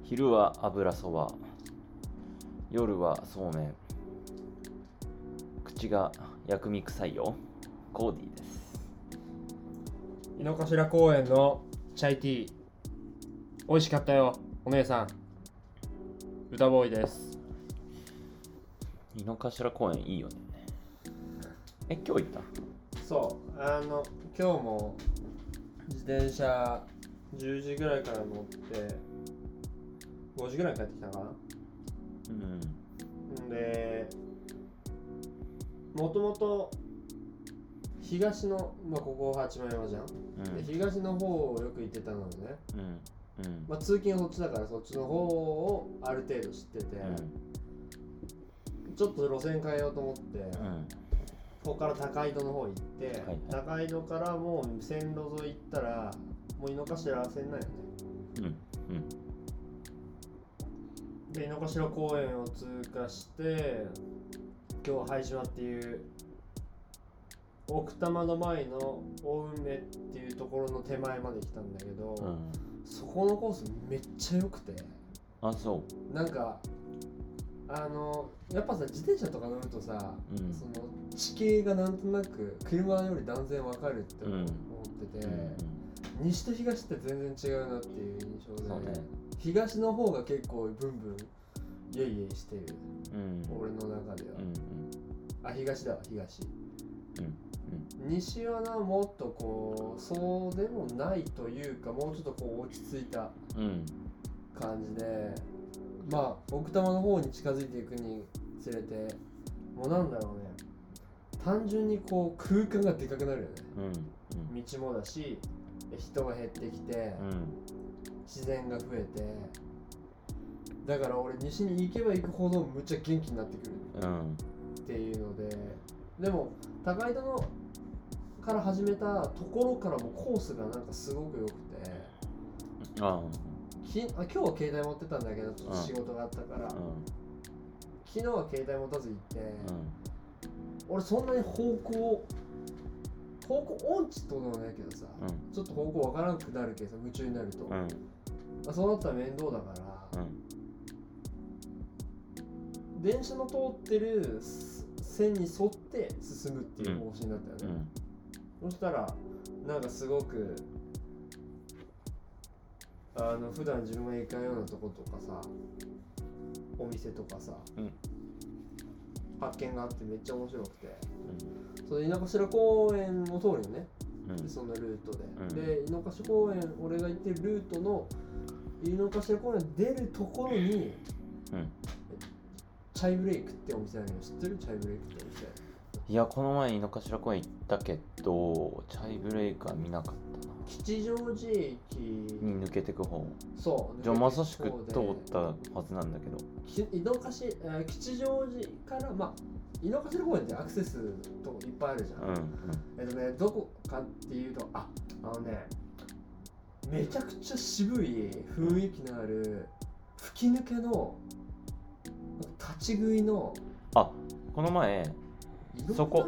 昼は油そば、夜はそうめん。口が薬味臭いよ。コーディです。 井の頭公園のチャイティー美味しかったよお姉さん。歌ボーイです。 井の頭公園いいよね。今日行った？ そう今日も自転車10時ぐらいから乗って5時ぐらいに帰ってきたかな。でもともと東の、ここ八幡山じゃん、で東の方をよく行ってたのね、通勤はそっちだからそっちの方をある程度知ってて、ちょっと路線変えようと思って、ここから高井戸の方行って、高井戸からもう線路沿い行ったらもう井の頭線なんよね。で井の頭公園を通過して今日拝島っていう奥多摩の前の青梅っていうところの手前まで来たんだけど、そこのコースめっちゃ良くて。 あ、そうなんかやっぱさ自転車とか乗るとさ、その地形がなんとなく車より断然わかるって思ってて、西と東って全然違うなっていう印象で、東の方が結構ブンブンイエイイエイしてる、俺の中では、東だわ東、西はなもっとこうそうでもないというかもうちょっとこう落ち着いた感じで、奥多摩の方に近づいていくにつれてもうなんだろうね、単純にこう空間がでかくなるよね、道もだし人が減ってきて、自然が増えて、だから俺西に行けば行くほどむっちゃ元気になってくるっていうので、でも高井戸のから始めたところからもコースがなんかすごく良くて、今日は携帯持ってたんだけどちょっと仕事があったから、昨日は携帯持たず行って、俺そんなに方向音痴ってことはないけどさ、ちょっと方向わからなくなるけどさ、夢中になると、そうなったら面倒だから、電車の通ってる線に沿って進むっていう方針だったよね、そしたらなんかすごく普段自分が行かんようなとことかさ、お店とかさ、発見があってめっちゃ面白くて、その井の頭公園を通るよね、そのルートで、で井の頭公園、俺が行ってるルートの井の頭公園出るところに、チャイブレイクってお店あるの知ってる？チャイブレイクってお店。 いや、この前井の頭公園行ったけどチャイブレイクは見なかったな。 吉祥寺駅に抜けてく方。 そう。 じゃあまさしく通ったはずなんだけど、 吉祥寺から、井の頭公園ってアクセスといっぱいあるじゃん。どこかっていうと、めちゃくちゃ渋い雰囲気のある吹き抜けの立ち食いの、 この前そこ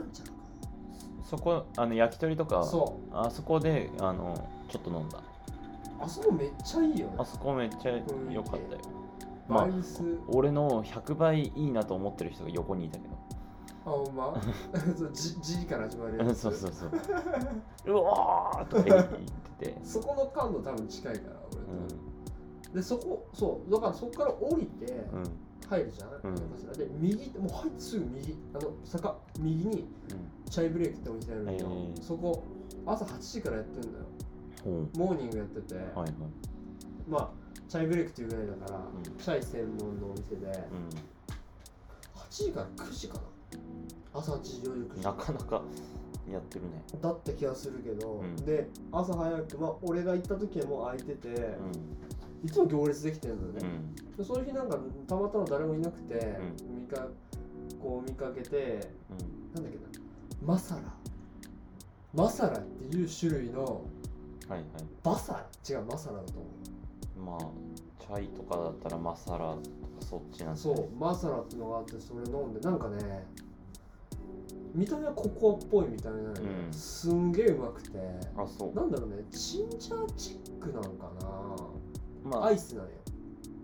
焼き鳥とか、あそこでちょっと飲んだ。 あそこめっちゃいいよね。 あそこめっちゃ良かったよ。俺の100倍いいなと思ってる人が横にいたけど。 ほんまG から始まるやつ。 そううわーとか言っててそこの感度多分近いから俺と、でそうだからそこから降りて入るじゃん、で右もう入ってすぐ右坂右にチャイブレイクってお店あるんだよ、そこ朝8時からやってんだよ、モーニングやってて、チャイブレイクっていうぐらいだから、チャイ専門のお店で、8時から9時かな、朝8時夜9時、 なかなかやってるね。 だった気がするけど、で朝早く、俺が行った時はもう空いてて、いつも行列できてるんだよね、そういう日なんかたまたま誰もいなくて、見かけて、なんだっけな、マサラっていう種類の、バサラ違うマサラだと思う。 チャイとかだったらマサラとかそっちなんだ、ね、 そうマサラってのがあって、それ飲んでなんかね、見た目はココアっぽいみたいなの、すんげえうまくて、なんだろうね、チンジャーチックなのかな、アイスなんよ。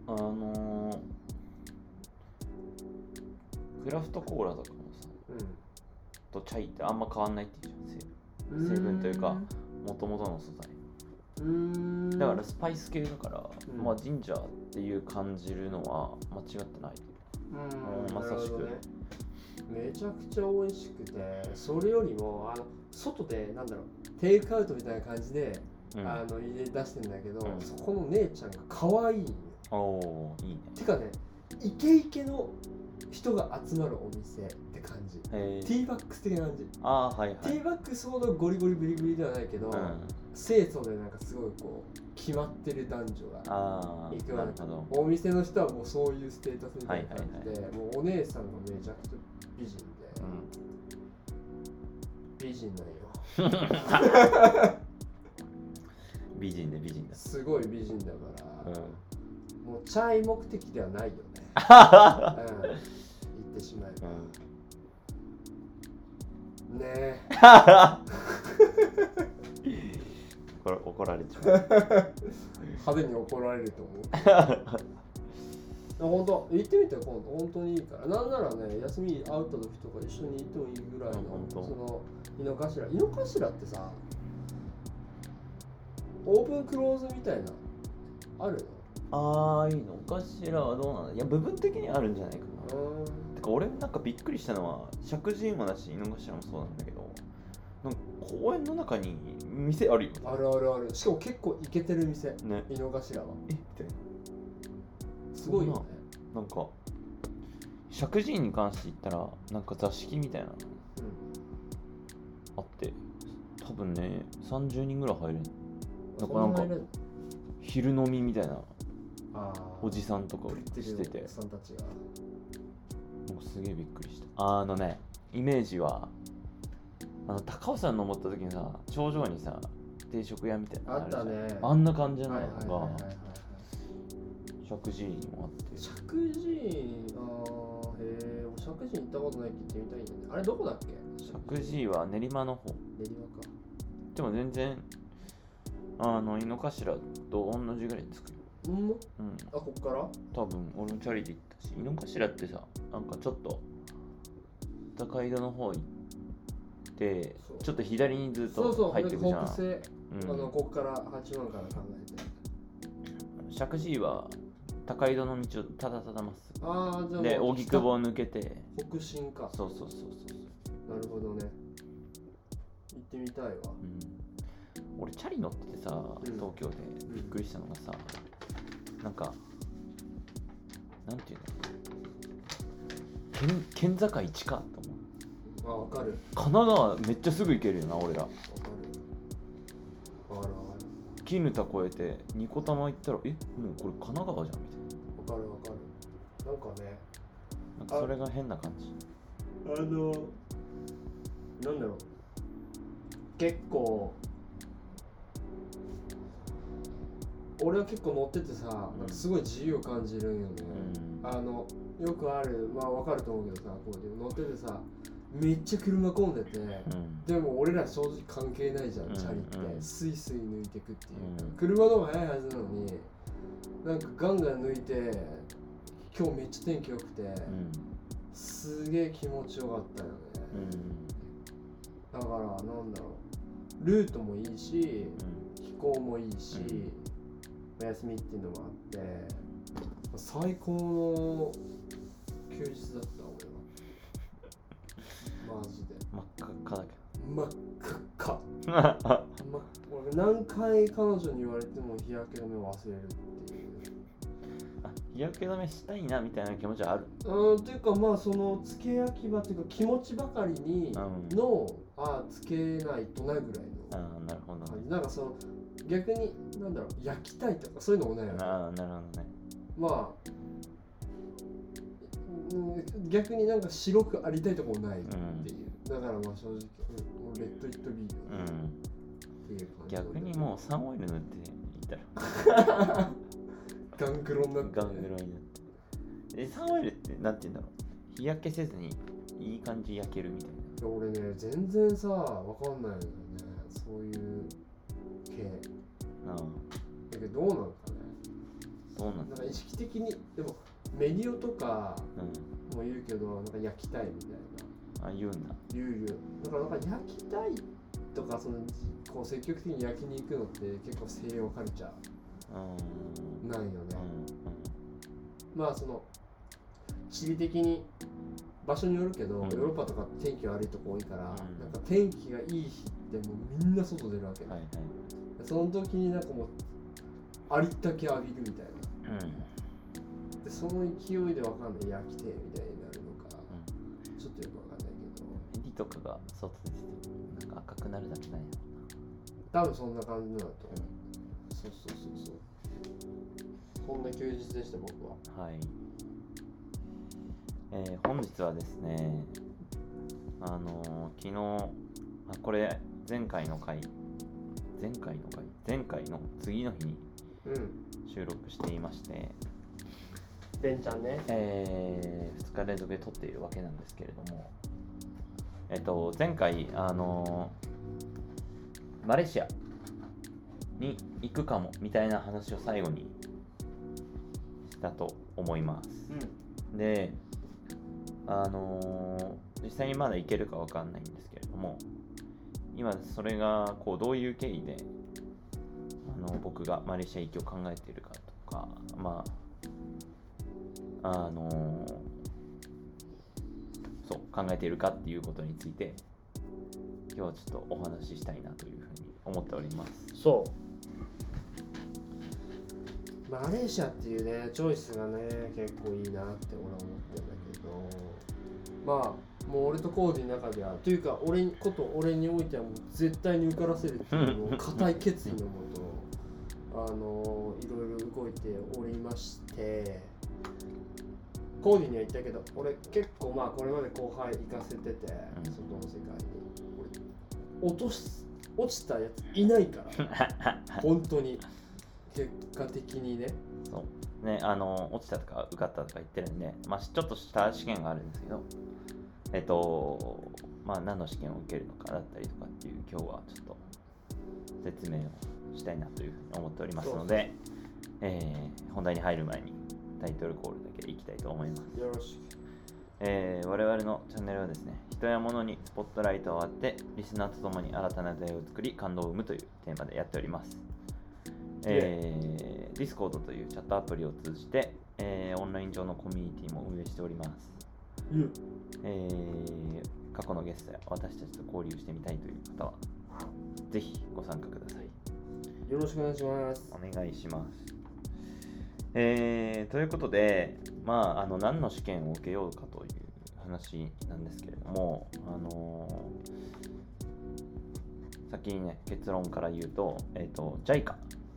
クラフトコーラとかもさ、とチャイってあんま変わんないって言うじゃん、成分というか元々の素材。だからスパイス系だから、まあジンジャーっていう感じるのは間違ってない。まさしく、 ね、めちゃくちゃ美味しくて、それよりも外でなんだろう、テイクアウトみたいな感じで、入れ出してんだけど、そこの姉ちゃんが可愛いんよ。 いいね。 てかね、イケイケの人が集まるお店って感じ。ティーバックス的な感じ。ティーバックスほどゴリゴリブリブリではないけど、清楚でなんかすごいこう決まってる男女が行くわけ。お店の人はもうそういうステータスみたいな感じで、もうお姉さんがめちゃくちゃ美人で、美人なんよ。 美人で美人だ。すごい美人だから、もうチャイ目的ではないよね。言ってしまえば。ねえ。 怒られちゃう。 派手に怒られると思う。本当行ってみて、今度本当にいいから。なんならね、休み会った時とか一緒に行ってもいいぐらいの、その井の頭ってさ、オープンクローズみたいなあるの？井の頭はどうなんだ。いや、部分的にあるんじゃないかな。てか俺なんかびっくりしたのは、石神井もだし井の頭もそうなんだけど、なんか公園の中に店あるよ。 ある。しかも結構イケてる店、ね、井の頭は。 みたいな。 すごいよね。 なんか石神井に関して言ったら、なんか座敷みたいなのあって、多分ね30人ぐらい入れる。なんか昼飲みみたいなおじさんとかをしてて、 おじさんたちがもうすげえびっくりした。イメージは高尾山登った時にさ、頂上にさ定食屋みたいなのあるじゃん。 あったね。 あんな感じなのが石神井にもあって。 石神井、石神井行ったことないって言ってみたいんだよね。あれどこだっけ？ 石神井は練馬の方。 練馬か。 でも全然井の頭と同じぐらいですか。 こっから多分俺もチャリで行ったし、井の頭ってさ、なんかちょっと高井戸の方行ってちょっと左にずっと入ってくじゃん。 北西、こっから八幡から考えて。 石神井は高井戸の道をただただまっすぐ。 じゃあで荻窪を抜けて北進か。 そう。 なるほどね。行ってみたいわ。 俺チャリ乗っててさ、東京でびっくりしたのがさ、なんかなんていうの、県境地かと思う。わかる。 神奈川めっちゃすぐ行けるよな、俺ら。わかる。絹田越えて二子玉行ったら、もうこれ神奈川じゃんみたいな。わかる。なんかね、 なんかそれが変な感じ。 なんだろう、結構俺は結構乗っててさ、すごい自由を感じるんよね。よくある、わかると思うけどさ、こうで乗っててさ、めっちゃ車混んでて、でも俺ら正直関係ないじゃん、チャリって。スイスイ抜いてくっていう。車の方が速いはずなのに、なんかガンガン抜いて、今日めっちゃ天気良くて、すげえ気持ちよかったよね。だからなんだろう、ルートもいいし、気候もいいし、お休みっていうのもあって、最高の休日だった俺は。マジで。 真っ赤っかだけど。真っ赤っか。俺何回彼女に言われても日焼け止めを忘れるっていう。 日焼け止めしたいなみたいな気持ちはある。 っていうかそのつけ焼き場っていうか気持ちばかりにつけないとなぐらいの。 なるほどね。 なんかその逆になんだろう、焼きたいとかそういうのもないよね。 なるほどね。 逆になんか白くありたいとこもないっていう。だから正直、レッドイットビーっていう感じ。 逆にもうサンオイル塗っていたらガングロになって。 サンオイルってなんて言うんだろう、日焼けせずにいい感じ焼けるみたいな。 俺ね、全然さ、わかんないんだよね、そういう系。だけどどうなのかね。 そうなんだ。 なんか意識的にでもメディオとかも言うけど、なんか焼きたいみたいな。 言うんだ。 言う。だからなんか焼きたいとかこう積極的に焼きに行くのって結構西洋カルチャーなんよね。まあ地理的に場所によるけど、ヨーロッパとか天気悪いとこ多いから、なんか天気がいい日ってもうみんな外出るわけ、その時になんかもうありったけ浴びるみたいな、でその勢いでわかんない焼きてみたいになるのか、ちょっとよくわかんないけど、 エリとかが外出てなんか赤くなるだけないの多分そんな感じなんだと思う、そうそんな休日でした僕は。 はい。本日はですね、昨日これ前回の次の日に収録していまして、 ベンちゃんね、 2日連続で撮っているわけなんですけれども、前回マレーシアに行くかもみたいな話を最後にしたと思います。で実際にまだ行けるかわかんないんですけれども、今それがこうどういう経緯で僕がマレーシア行きを考えているかとか、そう考えているかっていうことについて今日はちょっとお話ししたいなというふうに思っております。 マレーシアっていうねチョイスがね結構いいなって俺は思ってるんだけど、もう俺とコーディの中ではというか俺においてはもう絶対に受からせるっていう固い決意のもといろいろ動いておりまして、コーディには言ったけど俺結構これまで後輩行かせてて、外の世界に俺落ちたやついないから本当に結果的にね。 そうね、落ちたとか受かったとか言ってるんで、ちょっとした試験があるんですけど、何の試験を受けるのかだったりとかっていう今日はちょっと説明をしたいなというふうに思っておりますので、本題に入る前にタイトルコールだけいきたいと思います。 よろしく。我々のチャンネルはですね、人や物にスポットライトを当てリスナーとともに新たな出会いを作り感動を生むというテーマでやっております。Discord というチャットアプリを通じて、オンライン上のコミュニティも運営しております。過去のゲストや私たちと交流してみたいという方はぜひご参加ください。 よろしくお願いします。 お願いします。ということで、何の試験を受けようかという話なんですけれども、先にね結論から言うと、JICA、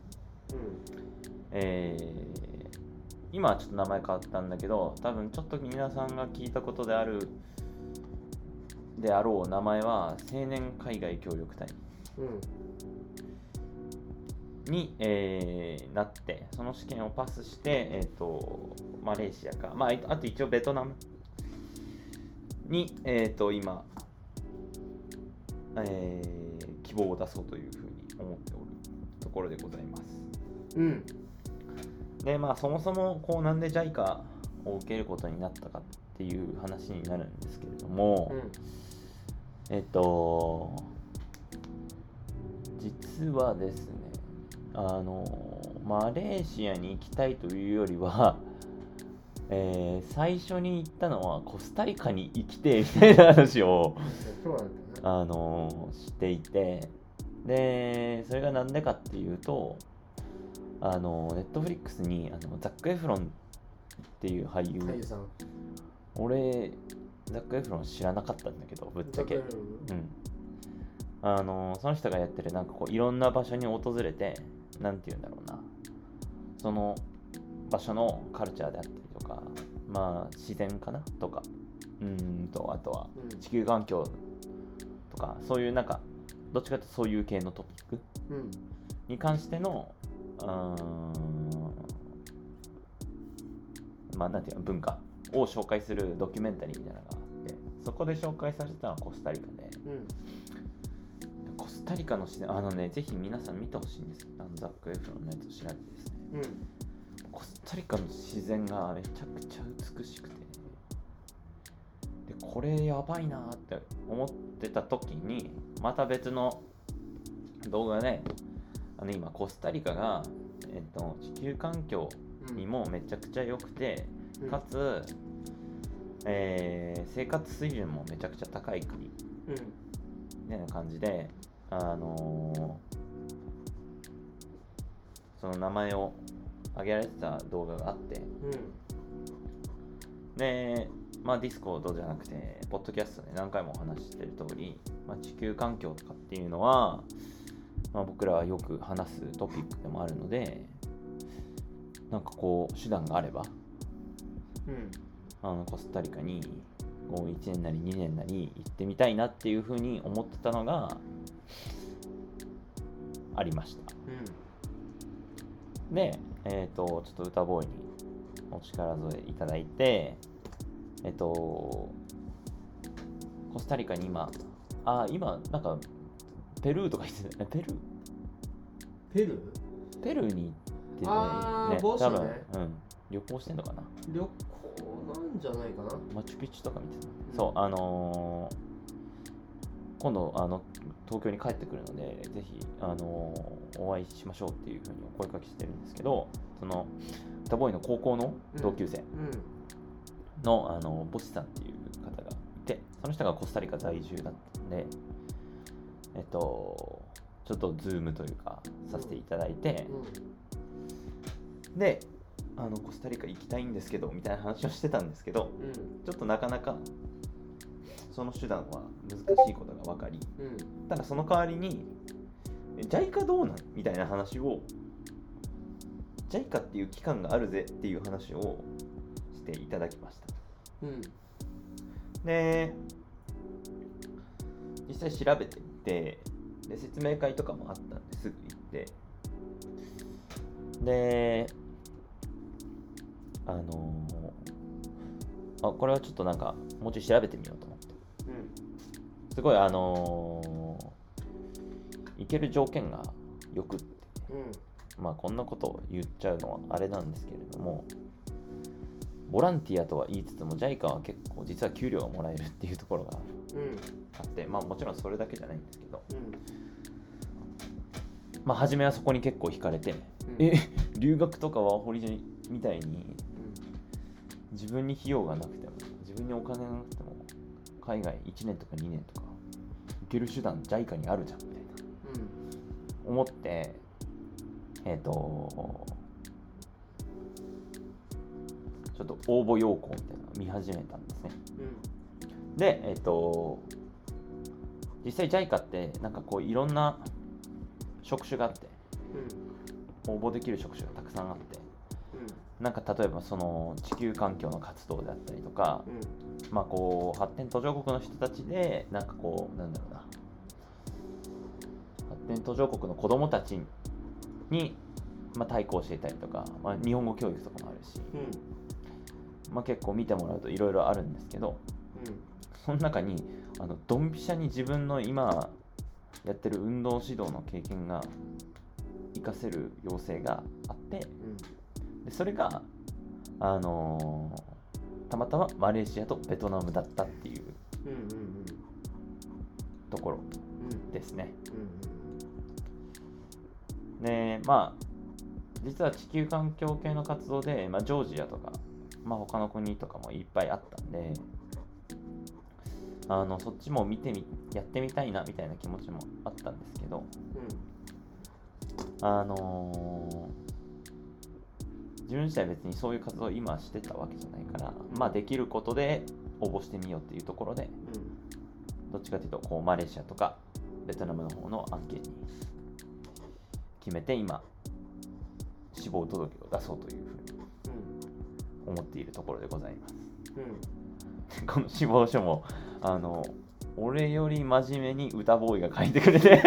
今はちょっと名前変わったんだけど、多分ちょっと皆さんが聞いたことであろう名前は青年海外協力隊に、なって、その試験をパスして、マレーシアか、あと一応ベトナムに、今、希望を出そうというふうに思っておるところでございます。でそもそもなんで JICA を受けることになったかっていう話になるんですけれども、実はですね、マレーシアに行きたいというよりは、最初に行ったのはコスタリカに行きてみたいな話をしていて、でそれがなんでかっていうと、ネットフリックスにザック・エフロンっていう俳優さん、 俺ザック・エフロン知らなかったんだけど、ぶっちゃけその人がやってるいろんな場所に訪れて、その場所のカルチャーであったりとか、自然かなとか、あとは地球環境とか、そういうどっちかというとそういう系のトピックに関しての文化を紹介するドキュメンタリーみたいなのがあって、そこで紹介されてたのはコスタリカで、コスタリカの視点ぜひ皆さん見てほしいんです。ザック・エフロンのやつを調べてですね、 コスタリカの自然がめちゃくちゃ美しくて、でこれやばいなって思ってた時にまた別の動画で今コスタリカが、地球環境にもめちゃくちゃ良くて、かつ、生活水準もめちゃくちゃ高い国、みたいな感じで、その名前を挙げられてた動画があって、で、まあディスコードじゃなくてポッドキャストで何回もお話ししてる通り、地球環境とかっていうのは、僕らはよく話すトピックでもあるので、なんかこう手段があれば、コスタリカに1年なり2年なり行ってみたいなっていうふうに思ってたのがありました。で、ちょっと歌ボーイにお力添えいただいて、コスタリカに今なんかペルーとか言ってたね。ペルーに行ってね、多分、旅行してんのかな。 旅行なんじゃないかな。 マチュピチュとか見てた。そう、今度東京に帰ってくるので、ぜひお会いしましょうっていうふうにお声かけしてるんですけど、その歌ボーイの高校の同級生の、ボシさんっていう方がいて、その人がコスタリカ在住だったんで、ちょっとズームというかさせていただいて、でコスタリカ行きたいんですけどみたいな話をしてたんですけど、ちょっとなかなかその手段は難しいことが分かり、ただその代わりにJICA どうなんみたいな話を、 JICA っていう機関があるぜっていう話をしていただきました。で実際調べてみて、で説明会とかもあったんですぐ行って、でこれはちょっとなんかもうちょい調べてみようと思って、すごい行ける条件がよくって、こんなことを言っちゃうのはあれなんですけれども、ボランティアとは言いつつも JICA は結構実は給料がもらえるっていうところがあって、もちろんそれだけじゃないんですけど、初めはそこに結構惹かれて、留学とかワーホリみたいに自分に費用がなくても、自分にお金がなくても海外1年とか2年とか行ける手段 JICA にあるじゃんみたいな、思って、ちょっと応募要項みたいなのを見始めたんですね。で、実際 JICA ってなんかこういろんな職種があって、応募できる職種がたくさんあって、なんか例えばその地球環境の活動であったりとか、こう発展途上国の人たちでなんかこう発展途上国の子どもたちに太鼓を教えたりとか、日本語教育とかもあるし、結構見てもらうといろいろあるんですけど、その中にドンピシャに自分の今やってる運動指導の経験が活かせる要請があって、でそれがたまたまマレーシアとベトナムだったっていうところですね。で実は地球環境系の活動で、ジョージアとか、他の国とかもいっぱいあったんで、そっちもやってみたいなみたいな気持ちもあったんですけど、自分自体別にそういう活動を今してたわけじゃないから、できることで応募してみようっていうところで、どっちかというとこうマレーシアとかベトナムの方の案件に決めて今志望届を出そうというふうに思っているところでございます。この志望書も俺より真面目に歌ボーイが書いてくれて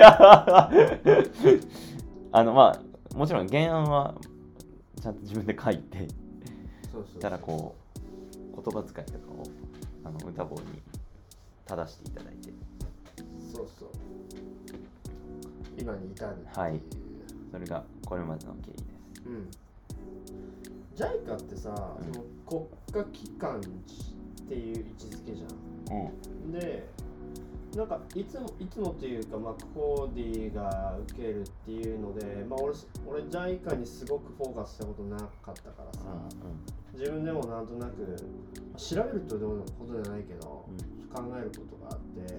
もちろん原案はちゃんと自分で書いて、ただこう言葉遣いとかを歌ボーイに正していただいて、 今に至るっていう、 はい、それがこれまでの経緯です。 JICA ってさ、その国家機関っていう位置づけじゃん。で、なんかいつもっていうか、コーディが受けるっていうので、俺 JICA にすごくフォーカスしたことなかったからさ、自分でもなんとなく調べるとどういうことじゃないけど、考えることがあって、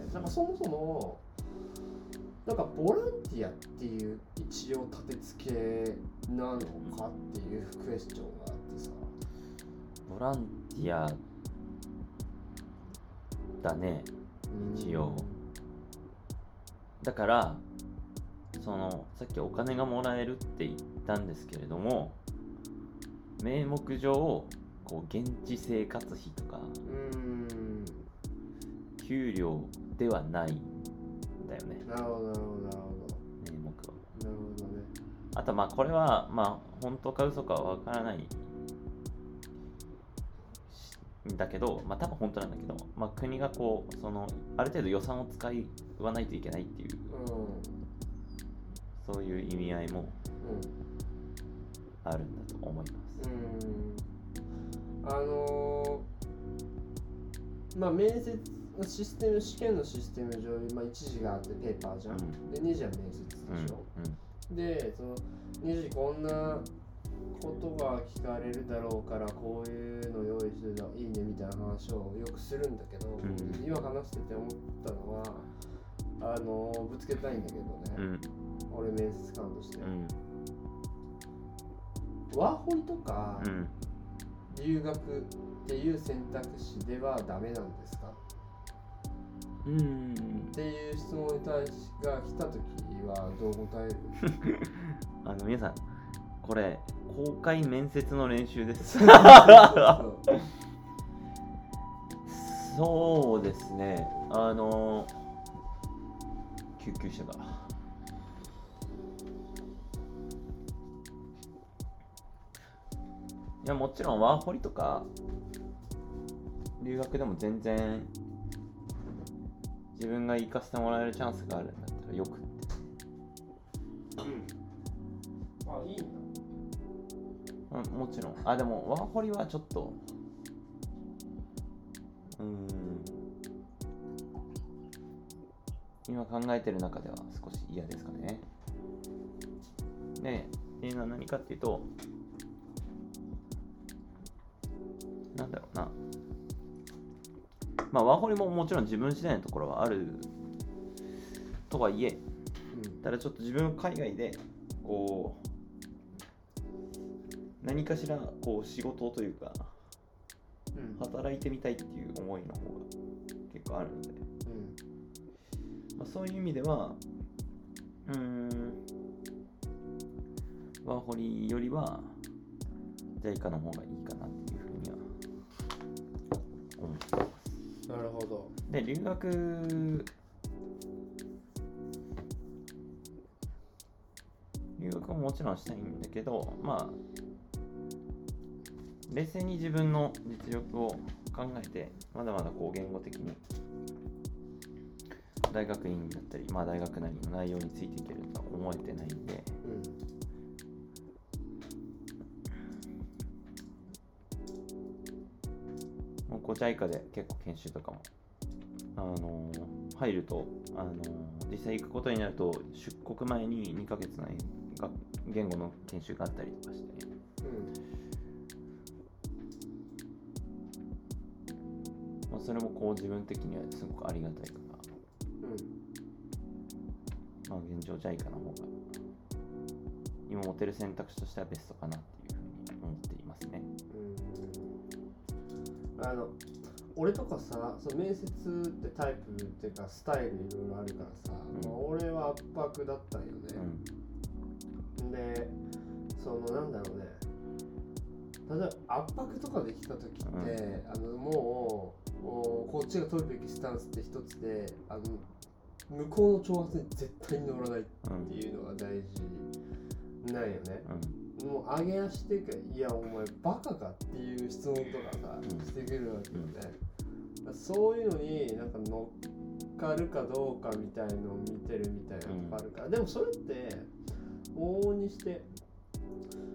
なんかそもそもなんかボランティアっていう一応立て付けなのかっていうクエスチョンがあってさ。 ボランティアだね、一応。だからさっきお金がもらえるって言ったんですけれども、名目上こう現地生活費とか給料ではないんだよね。 なるほど名目は。 なるほどね。 あとこれは本当か嘘かは分からないんだけど、多分本当なんだけど、国がこうある程度予算を使わないといけないっていう、そういう意味合いもあるんだと思います。 面接のシステム、試験のシステム上に、1次があってペーパーじゃん。で2次は面接でしょ。で、その2次こんなことが聞かれるだろうからこういうの用意するのいいねみたいな話をよくするんだけど、今話してて思ったのはぶつけたいんだけどね、俺面接官として、ワーホリとか、留学っていう選択肢ではダメなんですか、っていう質問に対しが来た時はどう答える？ 皆さんこれ公開面接の練習ですそうですね、救急車がいや、もちろんワーホリとか留学でも全然自分が行かせてもらえるチャンスがあるんだったらよくって。 いいんだ。もちろん。でもワーホリはちょっと今考えてる中では少し嫌ですかね。で、っていうのは何かっていうと、なんだろうな。ワーホリももちろん自分次第のところはあるとはいえ、ただちょっと自分海外でこう何かしらこう仕事というか、働いてみたいっていう思いの方が結構あるので、そういう意味ではワーホリよりはJICAの方がいいかなっていうふうには思ってます。 なるほど。 で、留学ももちろんしたいんだけど、冷静に自分の実力を考えて、まだまだこう言語的に大学院だったり、大学なりの内容についていけるとは思えてないんで、もうJICAで結構研修とかも入ると実際行くことになると出国前に2ヶ月の言語の研修があったりとかして、それもこう自分的にはすごくありがたいから、現状JICAの方が今持てる選択肢としてはベストかなっていうふうに思っていますね。 俺とかさ、その面接ってタイプっていうかスタイルいろいろあるからさ、俺は圧迫だったんよね。で、なんだろうね、例えば圧迫とかできた時って、もうこっちが取るべきスタンスって一つで、向こうの挑発に絶対に乗らないっていうのが大事なんよね。もう上げ足っていうか、いやお前バカかっていう質問とかさ、してくるわけよね。そういうのになんか乗っかるかどうかみたいのを見てるみたいなのがあるから、でもそれって往々にして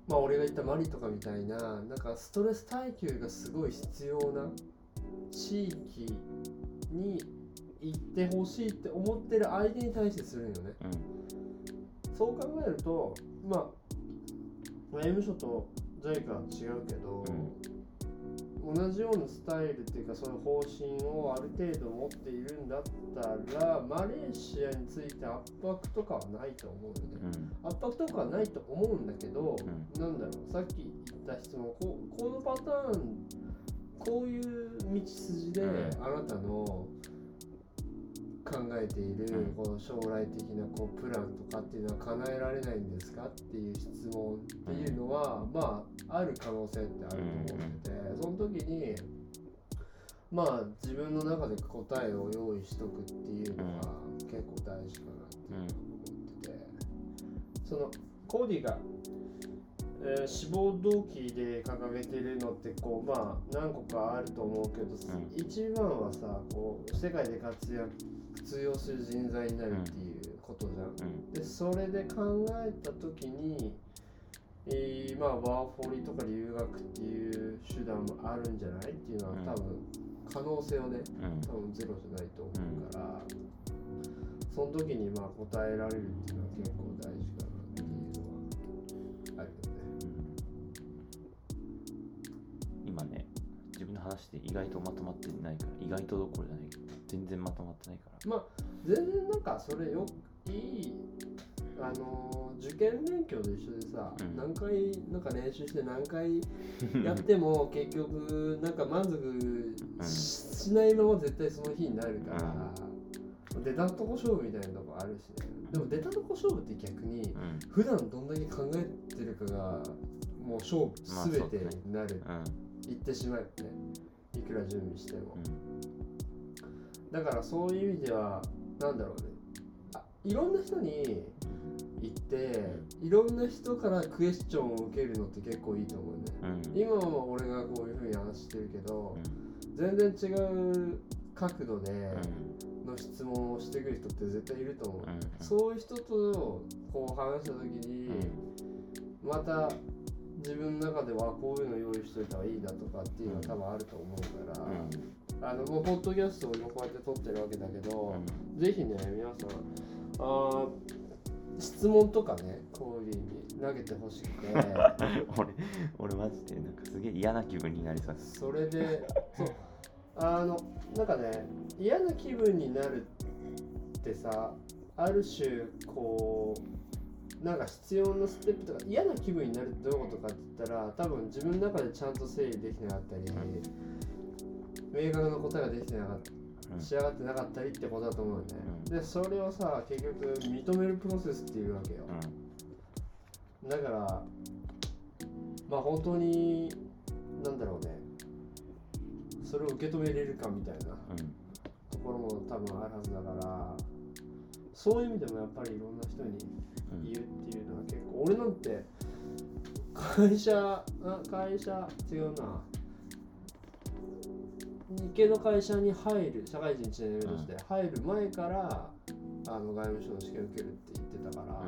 まあ俺が言ったマリとかみたいな、なんかストレス耐久がすごい必要な地域に行ってほしいって思ってる相手に対してするんよね、そう考えるとまあ外務省と JICA は違うけど、同じようなスタイルっていうかそういう方針をある程度持っているんだったらマレーシアについて圧迫とかはないと思うよね、圧迫とかはないと思うんだけど、なんだろう、さっき言った質問、このパターン、こういう道筋であなたの考えているこの将来的なこうプランとかっていうのは叶えられないんですかっていう質問っていうのは、まあある可能性ってあると思ってて、その時にまあ自分の中で答えを用意しとくっていうのが結構大事かなって思ってて、そのコーディが志望動機で掲げてるのってこうまあ何個かあると思うけど、一番はさこう世界で通用する人材になるっていうことじゃん、でそれで考えた時に、まあワーホリとか留学っていう手段もあるんじゃないっていうのは多分可能性はね、多分ゼロじゃないと思うから、その時にまあ答えられるっていうのは結構大事かなっていうのはあるよね。 今ね自分の話で意外とまとまってないから、意外とどころじゃないけど全然まとまってないから、 まあ全然なんかそれよいい受験勉強と一緒でさ、何回なんか練習して何回やっても結局なんか満足しないまま絶対その日になるから、出たとこ勝負みたいなとこあるしね。でも出たとこ勝負って逆に普段どんだけ考えてるかがもう勝負全てになる、言ってしまえばね、いくら準備しても、だからそういう意味ではなんだろうね、いろんな人に行っていろんな人からクエスチョンを受けるのって結構いいと思うね、今は俺がこういう風に話してるけど、全然違う角度での質問をしてくる人って絶対いると思う、そういう人とこう話した時に、また自分の中ではこういうの用意しといた方がいいなとかっていうのは多分あると思うから、もうポッドキャストを今こうやって撮ってるわけだけど、ぜひね皆さん質問とかねこういう風に投げてほしくて俺マジでなんかすげえ嫌な気分になりそうです。 それでそうなんかね嫌な気分になるってさ、ある種こうなんか必要なステップとか、嫌な気分になるってどういうことかって言ったら、多分自分の中でちゃんと整理できなかったり、明確な答えができてなかったり、仕上がってなかったりってことだと思うよね、でそれをさ結局認めるプロセスっていうわけよ、だからまあ本当になんだろうね、それを受け止めれるかみたいなところも多分あるはずだから、そういう意味でもやっぱりいろんな人に言うっていうのは結構、俺なんて会社違うな、日系の会社に入る、社会人1年目として入る前から外務省の試験受けるって言ってたから、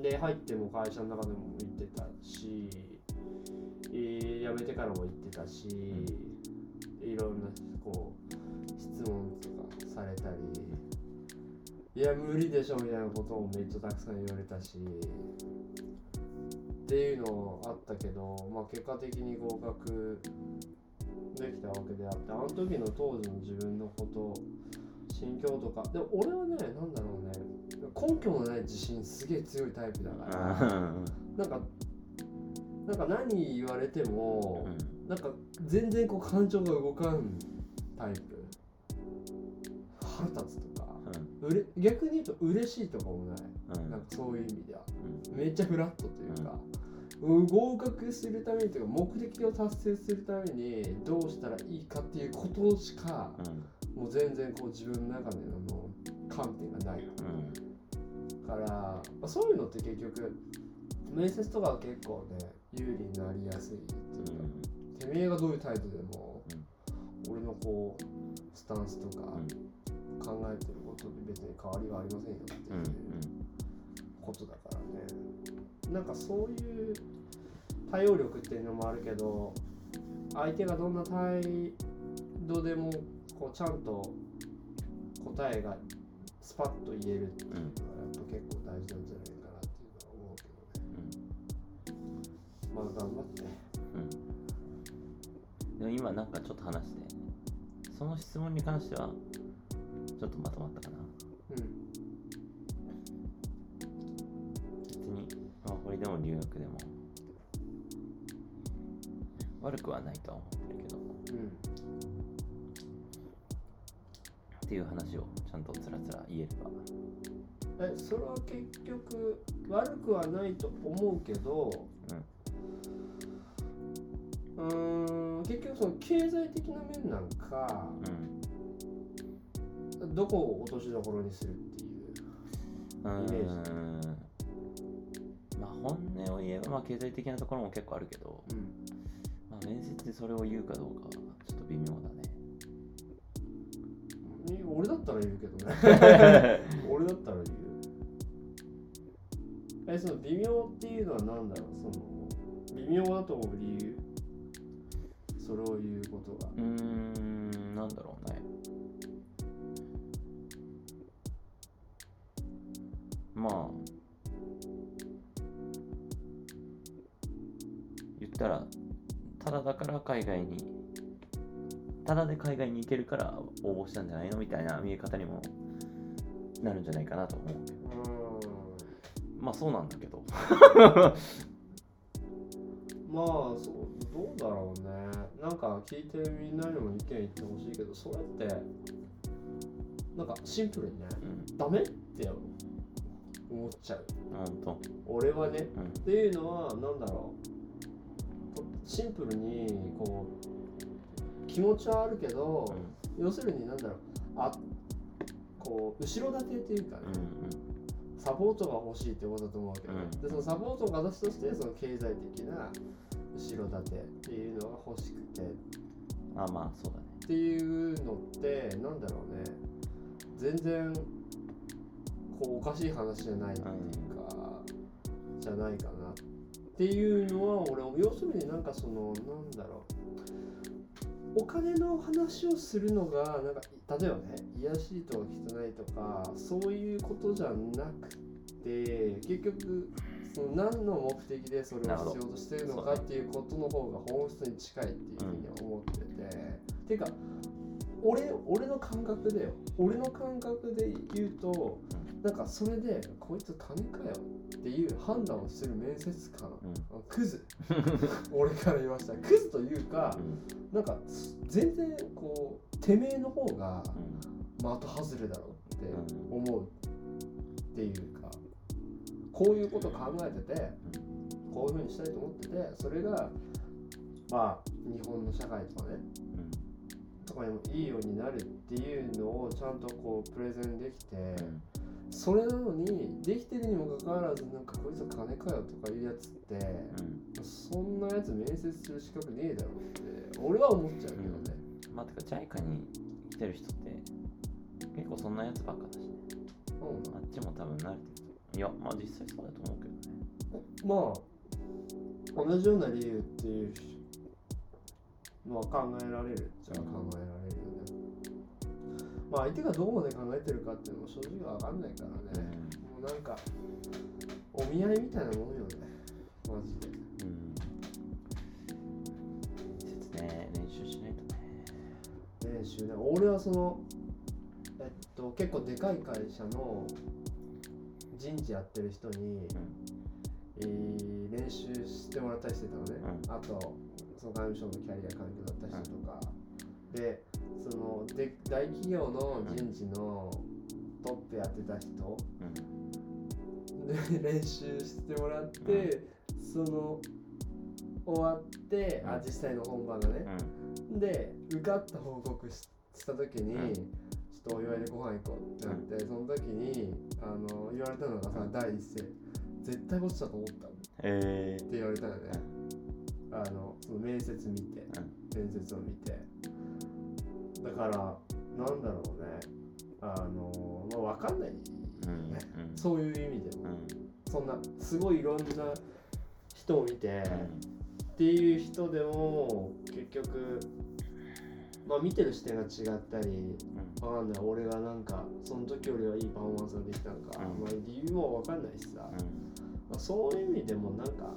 で入っても会社の中でも言ってたし、辞めてからも言ってたし、いろんなこう質問とかされたり、いや無理でしょみたいなこともめっちゃたくさん言われたしっていうのあったけど、まあ結果的に合格できたわけであって、あの時の当時の自分のこと心境とかでも俺はね、なんだろうね、根拠のない自信すげえ強いタイプだからなんか何言われても、なんか全然こう感情が動かんタイプ、腹立つとか、逆に言うと嬉しいとかもない、なんかそういう意味では、めっちゃフラットというか、合格するためにというか目的を達成するためにどうしたらいいかっていうことしか、もう全然こう自分の中での観点がない、から、まあ、そういうのって結局面接とかは結構ね有利になりやすいっていうか、てめえがどういう態度でも、俺のこうスタンスとか考えてることで別に変わりはありませんよっていうことだからね。なんかそういう対応力っていうのもあるけど、相手がどんな態度でもこうちゃんと答えがスパッと言えるっていうのはやっぱ結構大事なんじゃないかなっていうのは思うけどね。まあ頑張って。 でも今なんかちょっと話して、その質問に関してはちょっとまとまったかな。別にワーホリでも留学でも悪くはないとは思ってるけど、っていう話をちゃんとつらつら言えれば。それは結局悪くはないと思うけど、結局その経済的な面なんか、どこを落としどころにするっていうイメージ。 まあ本音を言えば、まあ経済的なところも結構あるけど、まあ面接でそれを言うかどうかはちょっと微妙だね。 俺だったら言うけどね。俺だったら言う。その微妙っていうのは何だろう、その微妙だと思う理由、それを言うことが。 なんだろうね。まあ言ったらただだから海外に、ただで海外に行けるから応募したんじゃないのみたいな見え方にもなるんじゃないかなと思うけど。まあそうなんだけど。 まあそうどうだろうね。なんか聞いてるみんなにも意見言ってほしいけど、それってなんかシンプルにね、ダメって思っちゃう。俺はね、っていうのはなんだろう。シンプルにこう気持ちはあるけど、要するになんだろう、こう後ろ盾っていうかね、サポートが欲しいってことだと思うけど、でそのサポートの形としてその経済的な後ろ盾っていうのが欲しくて、 まあそうだねっていうのってなんだろうね、全然こうおかしい話じゃないっていうか、じゃないかなっていうのは俺は。要するになんかそのなんだろう、お金の話をするのがなんか例えばね、癒やしいとか汚いとかそういうことじゃなくて、結局その何の目的でそれを必要としているのかっていうことの方が本質に近いっていうふうに思ってて、てか俺の感覚で言うと、なんかそれでこいつ金かよっていう判断をする面接官、クズ俺から言わしたらクズというか、なんか全然こうてめえの方が的外れだろうって思うっていうか、こういうこと考えててこういう風にしたいと思ってて、それがまあ日本の社会とかね、とかにもいいようになるっていうのをちゃんとこうプレゼンできて、それなのにできてるにもかかわらずなんかこいつは金かよとかいうやつって、そんなやつ面接する資格ねえだろって俺は思っちゃうけどね。 まあてかJICAに来てる人って結構そんなやつばっかだしね。あっちも多分慣れてる。いやまあ実際そうだと思うけどね。 まあ同じような理由っていうのは考えられるっちゃ考えられるよね。まあ相手がどこまで考えてるかっていうのも正直わかんないからね。もうなんかお見合いみたいなもんよね、マジで。 練習しないとね。 練習ね。俺はその結構でかい会社の人事やってる人に、練習してもらったりしてたのね。あとその外務省のキャリア関係だった人とか、でその大企業の人事のトップやってた人、で練習してもらって、その終わって、実際の本番がね、で受かった報告した時に、ちょっとお祝いでご飯行こうってなって、その時に言われたのがさ、第一声絶対落ちたと思ったって言われたよね。その面接見て、面接を見て、だからなんだろうね、まあ、分かんない、そういう意味でも、そんなすごいいろんな人人を見て、っていう人でも結局まあ見てる視点が違ったり、わかんない、俺がなんかその時よりはいいパフォーマンスができたのか、まあ理由もわかんないしさ、まあ、そういう意味でもなんか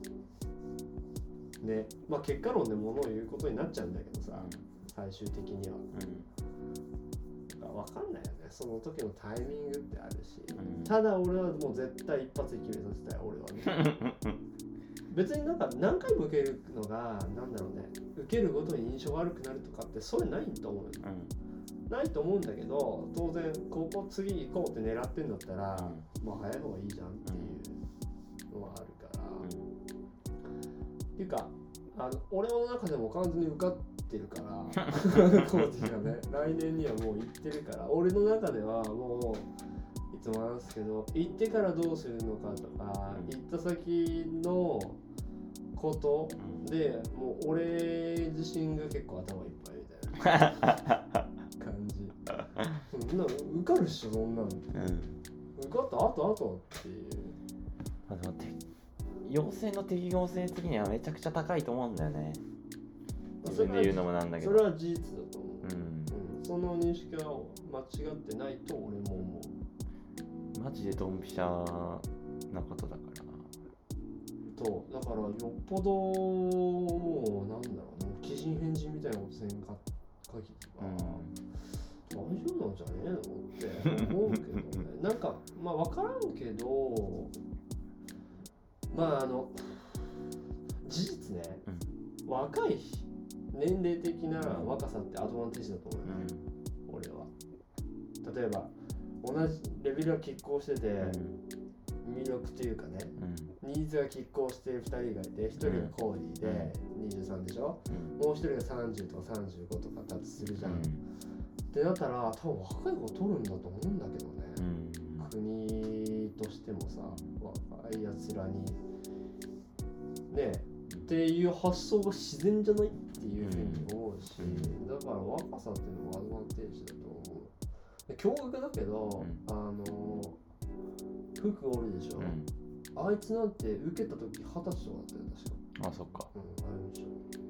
ね、まあ結果論で物を言うことになっちゃうんだけどさ、最終的には、わかんないよね、その時のタイミングってあるし、ただ俺はもう絶対一発で決めさせたい、俺はね別になんか何回も受けるのがなんだろうね、受けるごとに印象悪くなるとかってそういうのないと思うよ、ないと思うんだけど、当然ここ次行こうって狙ってんだったら、まあ早い方がいいじゃんっていうのはあるから、っていうか俺の中でも完全に受かってるからコーチがね、来年にはもう行ってるから、俺の中ではもういつも話すけど、行ってからどうするのかとか、行った先のことでもう俺自身が結構頭いっぱいみたいな感じなんか受かるっしょそんなの、受かった後っていう、 でも要請の適合性的にはめちゃくちゃ高いと思うんだよね。自分で言うのもなんだけど、 それは事実だと思う、その認識は間違ってないと俺も思う。 マジでドンピシャなことだから、 だからよっぽどなんだろうね、奇人変人みたいなことせんか限りは、大丈夫なんじゃねえのって思うけどねなんかまあ分からんけど、まあ事実ね、若い年齢的な若さってアドバンテージだと思うよ、俺は。例えば同じレベルが拮抗してて、魅力というかね、ニーズが拮抗している2人がいて、1人がコーディで23でしょ、もう1人が30とか35とかだとするじゃん、ってなったら多分若い子取るんだと思うんだけどね、国としてもさ、若いやつらにねっていう発想が自然じゃないっていうふうに思うし、だから若さっていうのはアドバンテージだと思う。驚愕だけど、服おるでしょ、あいつなんて受けた時20歳とかだったよ確か。 あ、そっか。 あれでしょ。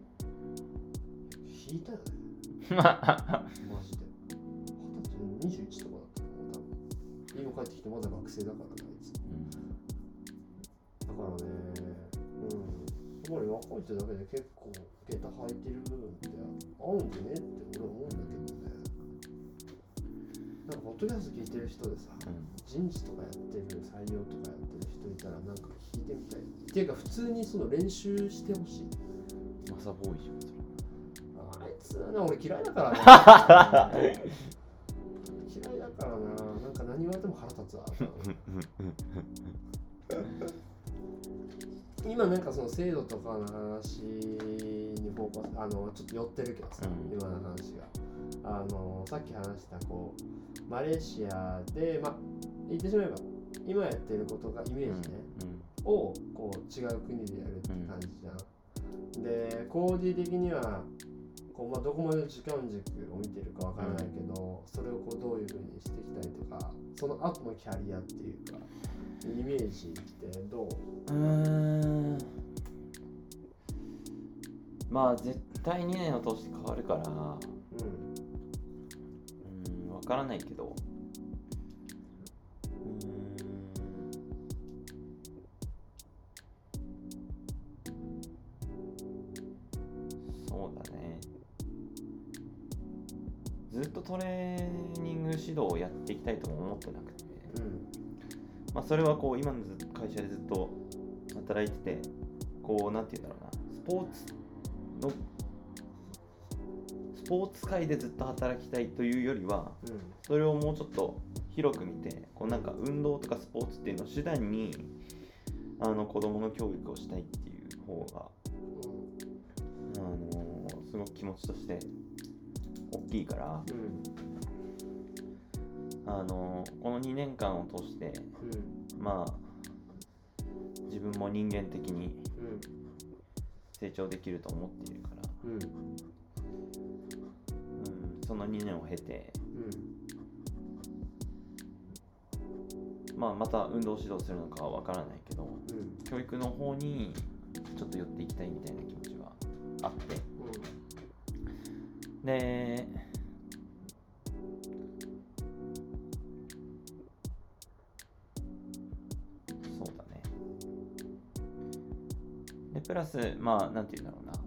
引いたよねマジで。20歳21とかだったの多分。今帰ってきてまだ学生だからねあいつ、だからね、すごい若い人だけで結構下駄履いてる部分ってあるんじゃねって俺は思うんだけどね。なんかポッドキャスト聞いてる人でさ、人事とかやってる、採用とかやってる人いたらなんか聞いてみたい。っていうか普通にその練習してほしい。 マサボーイじゃんそれ。 あいつはね、俺嫌いだからね嫌いだからな、なんか何言われても腹立つわ今なんかその制度とかの話にフォーカス、ちょっと寄ってるけどさ、今の話がさっき話したこうマレーシアで、まあ言ってしまえば今やってることがイメージね、をこう違う国でやるって感じじゃん、でコーディ的にはこう、まあ、どこまで時間軸を見てるかわからないけど、それをこうどういう風にしていきたいとか、その後のキャリアっていうかイメージってどう？ まあ絶対2年を通して変わるから、わからないけど、そうだね。ずっとトレーニング指導をやっていきたいとも思ってなくて、まあそれはこう今の会社でずっと働いてて、こうなんていうんだろうな、スポーツ界でずっと働きたいというよりは、それをもうちょっと広く見て、こうなんか運動とかスポーツっていうのを手段に子供の教育をしたいっていう方が、すごく気持ちとして大きいから、この2年間を通して、まあ自分も人間的に成長できると思っているから、その2年を経て、まあまた運動指導するのかは分からないけど、教育の方にちょっと寄っていきたいみたいな気持ちはあって、でそうだね。でプラスまあなんていうんだろうな、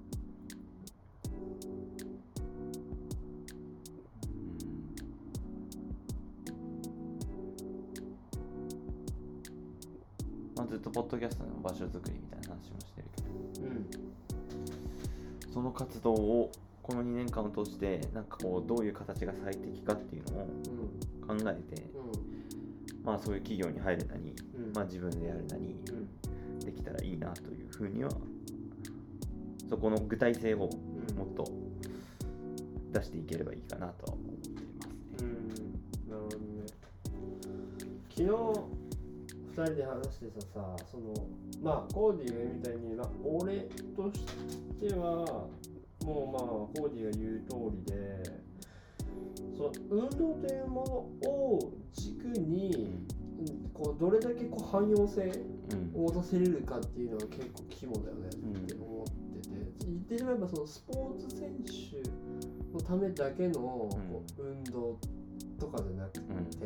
ずっとポッドキャストの場所作りみたいな話もしてるけど、その活動をこの2年間を通してなんかこうどういう形が最適かっていうのを考えて、まあそういう企業に入るなり、まあ自分でやるなりできたらいいなというふうには、そこの具体性をもっと出していければいいかなとは思っていますね。 なるほどね。昨日2人で話してたさ、そのまあコーディが言うみたいに、俺としてはもうまあコーディが言う通りで、その運動というものを軸に、こうどれだけこう汎用性を持たせれるかっていうのが結構肝だよねって思ってて、言ってしまえばそのスポーツ選手のためだけのこう運動とかじゃなくて、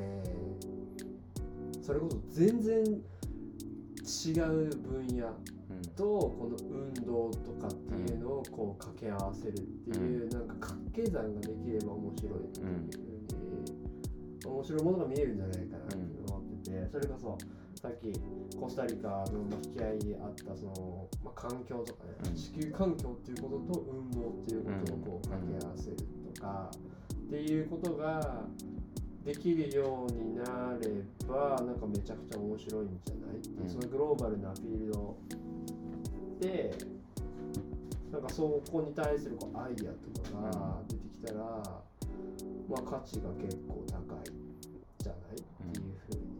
それこそ全然違う分野とこの運動とかっていうのをこう掛け合わせるっていう、なんか掛け算ができれば面白いっていう風に面白いものが見えるんじゃないかなって思ってて、それこそさっきコスタリカの引き合いにあったその、環境とかね、地球環境っていうことと運動っていうことをこう掛け合わせるとかっていうことができるようになれば、なんかめちゃくちゃ面白いんじゃないっていう、そのグローバルなフィールドでなんかそこに対するこうアイデアとかが出てきたら、まあ価値が結構高いじゃないっていうふうに、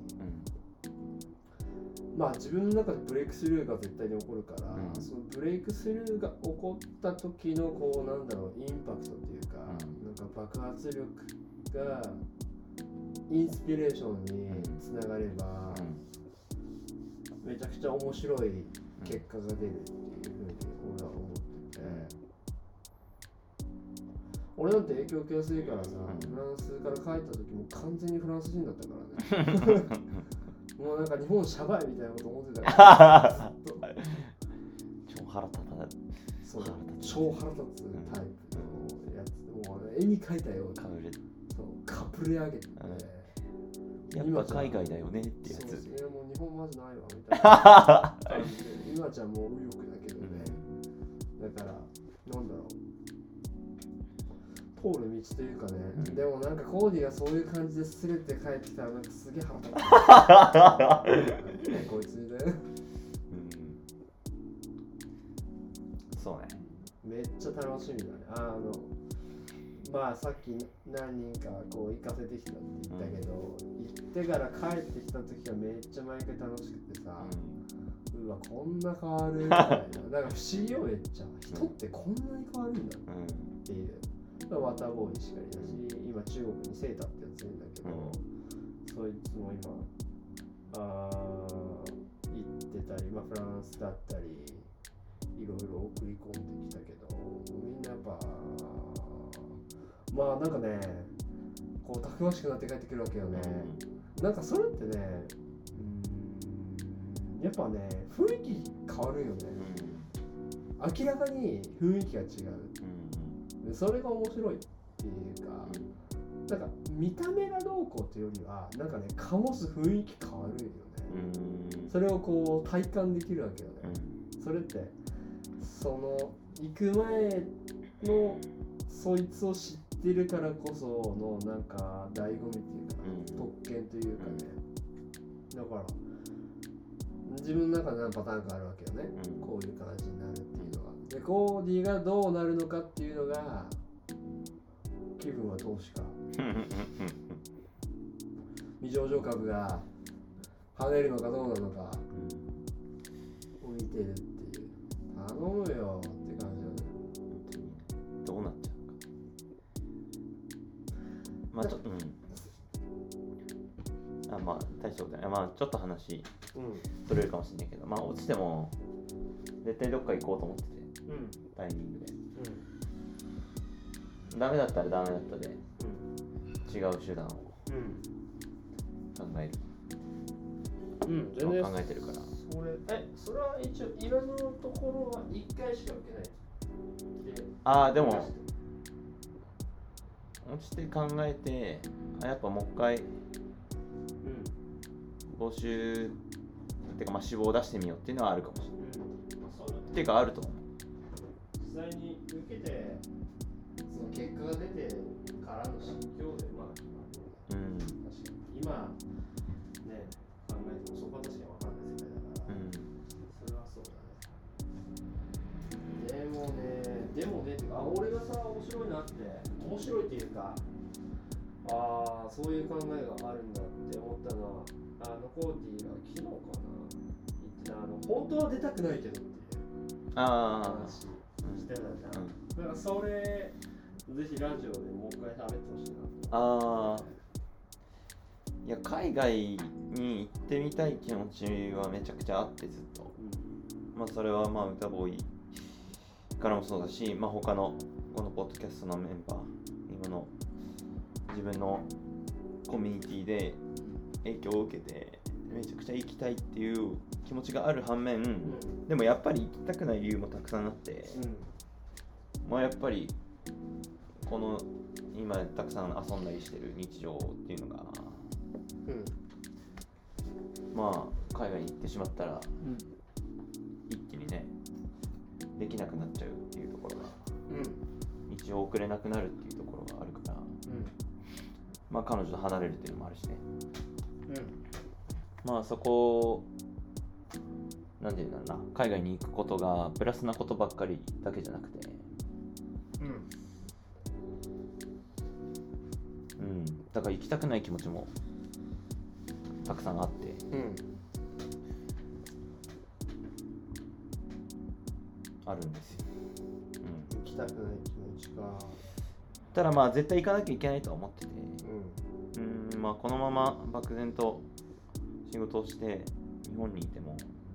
まあ自分の中でブレイクスルーが絶対に起こるから、そのブレイクスルーが起こった時のこうなんだろう、インパクトっていうか、なんか爆発力がインスピレーションにつながれば、めちゃくちゃ面白い結果が出るっていうふうに俺は思ってて、俺なんて影響受けやすいからさ、フランスから帰った時も完全にフランス人だったからねもうなんか日本シャバいみたいなこと思ってたから超腹立たない。 そう超腹立つタイプのやつ、もう絵に描いたようなかぶれ上げて、 やっぱ海外だよねってやつ。 そうですね、もう日本まずないわみたいな感じで今ちゃんも右翼だけどね、だからなんだろう、通る道というかね、でもなんかコーディがそういう感じですれて帰ってきたらなんかすげえ腹立つこいつね、 そうね、 めっちゃ楽しみだね。まあさっき何人かこう行かせてきたって言ったけど、行ってから帰ってきた時はめっちゃ毎回楽しくてさ、うわこんな変わるみたいな、だから不思議よ、めっちゃ人ってこんなに変わるんだっていう、ワタボーイしかりだし、今中国にセータってやついるんだけど、そいつも今行ってたり、フランスだったりいろいろ送り込んできたけど、みんなやっぱまあなんかね、こうたくましくなって帰ってくるわけよね。なんかそれってね、やっぱね、雰囲気変わるよね。明らかに雰囲気が違う。それが面白いっていうか、なんか見た目がどうこうというよりは、なんかね、醸す雰囲気変わるよね。それをこう体感できるわけよね。それってその行く前のそいつを知ってるからこそのなんか醍醐味っていうか、特権というかね、だから自分の中で何パターンかあるわけよね、こういう感じになるっていうのが。でコーディがどうなるのかっていうのが、気分は投資か未上場株が跳ねるのかどうなのかを見てるっていう、頼むよって感じだね。 どうなっちゃうか。まあちょっと大したことない。ちょっと話それるかもしれないけど、落ちても絶対どっか行こうと思ってて、タイミングで、ダメだったらダメだったで、違う手段を考える、 全然考えてるから。 それは一応今のところは1回しか受けないでも落ちて考えて、やっぱもう一回募集っていうか、志望を出してみようっていうのはあるかもしれない、っていうかあると思う。 実際に受けてその結果が出てからの心境で確かに今ね考えてもそこは確かに分かんない世界だから、それはそうだね。でもね俺がさ面白いなって面白いっていうか、そういう考えがあるんだって思ったのは、コーティが昨日かな言ってた本当は出たくないけどっていう話してたじゃん。だからそれぜひラジオでもう一回喋ってほしいな。 いや海外に行ってみたい気持ちはめちゃくちゃあって、ずっと、それは歌ボーイからもそうだし、他のこのポッドキャストのメンバー、今の自分のコミュニティで影響を受けてめちゃくちゃ行きたいっていう気持ちがある反面、でもやっぱり行きたくない理由もたくさんあって、やっぱりこの今たくさん遊んだりしてる日常っていうのが、海外に行ってしまったら、一気にねできなくなっちゃうっていうところが、日常送れなくなるっていうところがあるから、彼女と離れるっていうのもあるしね、そこなんていうんだろうな、海外に行くことがプラスなことばっかりだけじゃなくて、だから行きたくない気持ちもたくさんあって、あるんですよ。 行きたくない気持ちか。 ただ絶対行かなきゃいけないとは思ってて、このまま漠然と仕事をして日本にいても、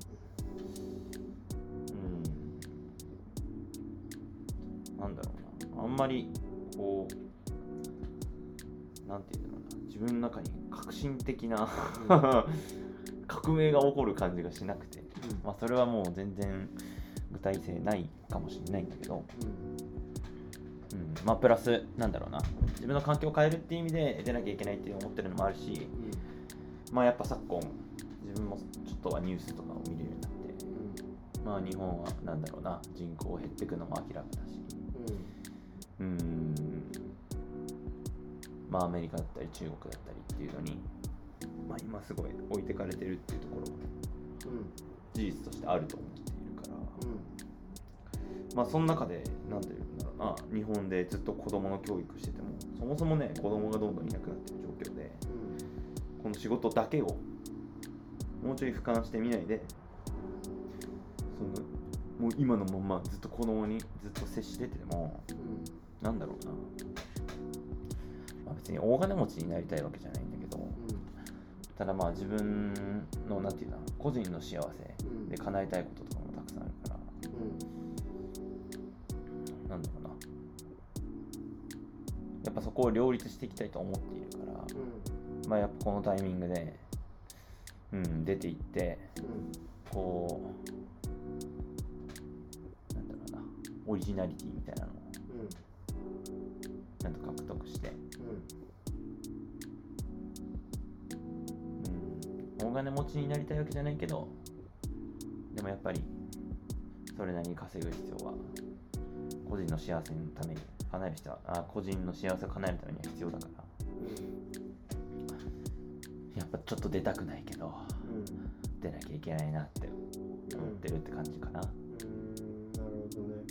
なんだろうな、あんまりこうなんていうんだろうな、自分の中に革新的な革命が起こる感じがしなくて、それはもう全然具体性ないかもしれないんだけど、プラスなんだろうな、自分の環境を変えるっていう意味で出なきゃいけないって思ってるのもあるし、やっぱ昨今自分もちょっとはニュースとかを見るようになって、日本はなんだろうな、人口減っていくのも明らかだし、アメリカだったり中国だったりっていうのに、今すごい置いてかれてるっていうところが、事実としてあると思っているから、その中でなんていうんだろうな、日本でずっと子供の教育してても、そもそもね子供がどんどんいなくなってる状況で、この仕事だけをもうちょい俯瞰してみないで、もう今のままずっと子供にずっと接してても、なんだろうな、別に大金持ちになりたいわけじゃないんだけど、ただ自分のなんていうの、個人の幸せで叶えたいこととかもたくさんあるから、なんだろうな、やっぱそこを両立していきたいと思っているから、やっぱこのタイミングで、出ていって、こうなんだろうな、オリジナリティみたいなのをちゃんと獲得して、大金持ちになりたいわけじゃないけど、でもやっぱりそれなりに稼ぐ必要は、個人の幸せのために叶える必要は、個人の幸せを叶えるためには必要だから、やっぱちょっと出たくないけど、出なきゃいけないなって思ってるって感じかな。 なるほどね。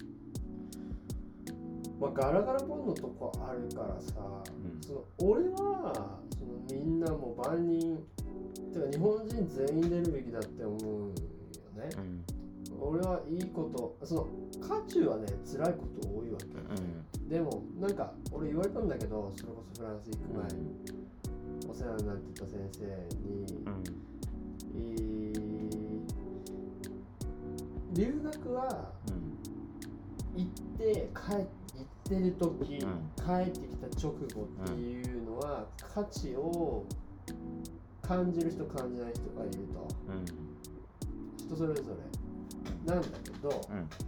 ガラガラポンのとこあるからさ、俺はみんなも万人てか日本人全員出るべきだって思うよね。俺はいいこと、渦中はね辛いこと多いわけ、でもなんか俺言われたんだけど、それこそフランス行く前、お世話になってた先生に、 留学は行ってる時、帰ってきた直後っていうのは価値を感じる人感じない人がいると、人それぞれなんだけど、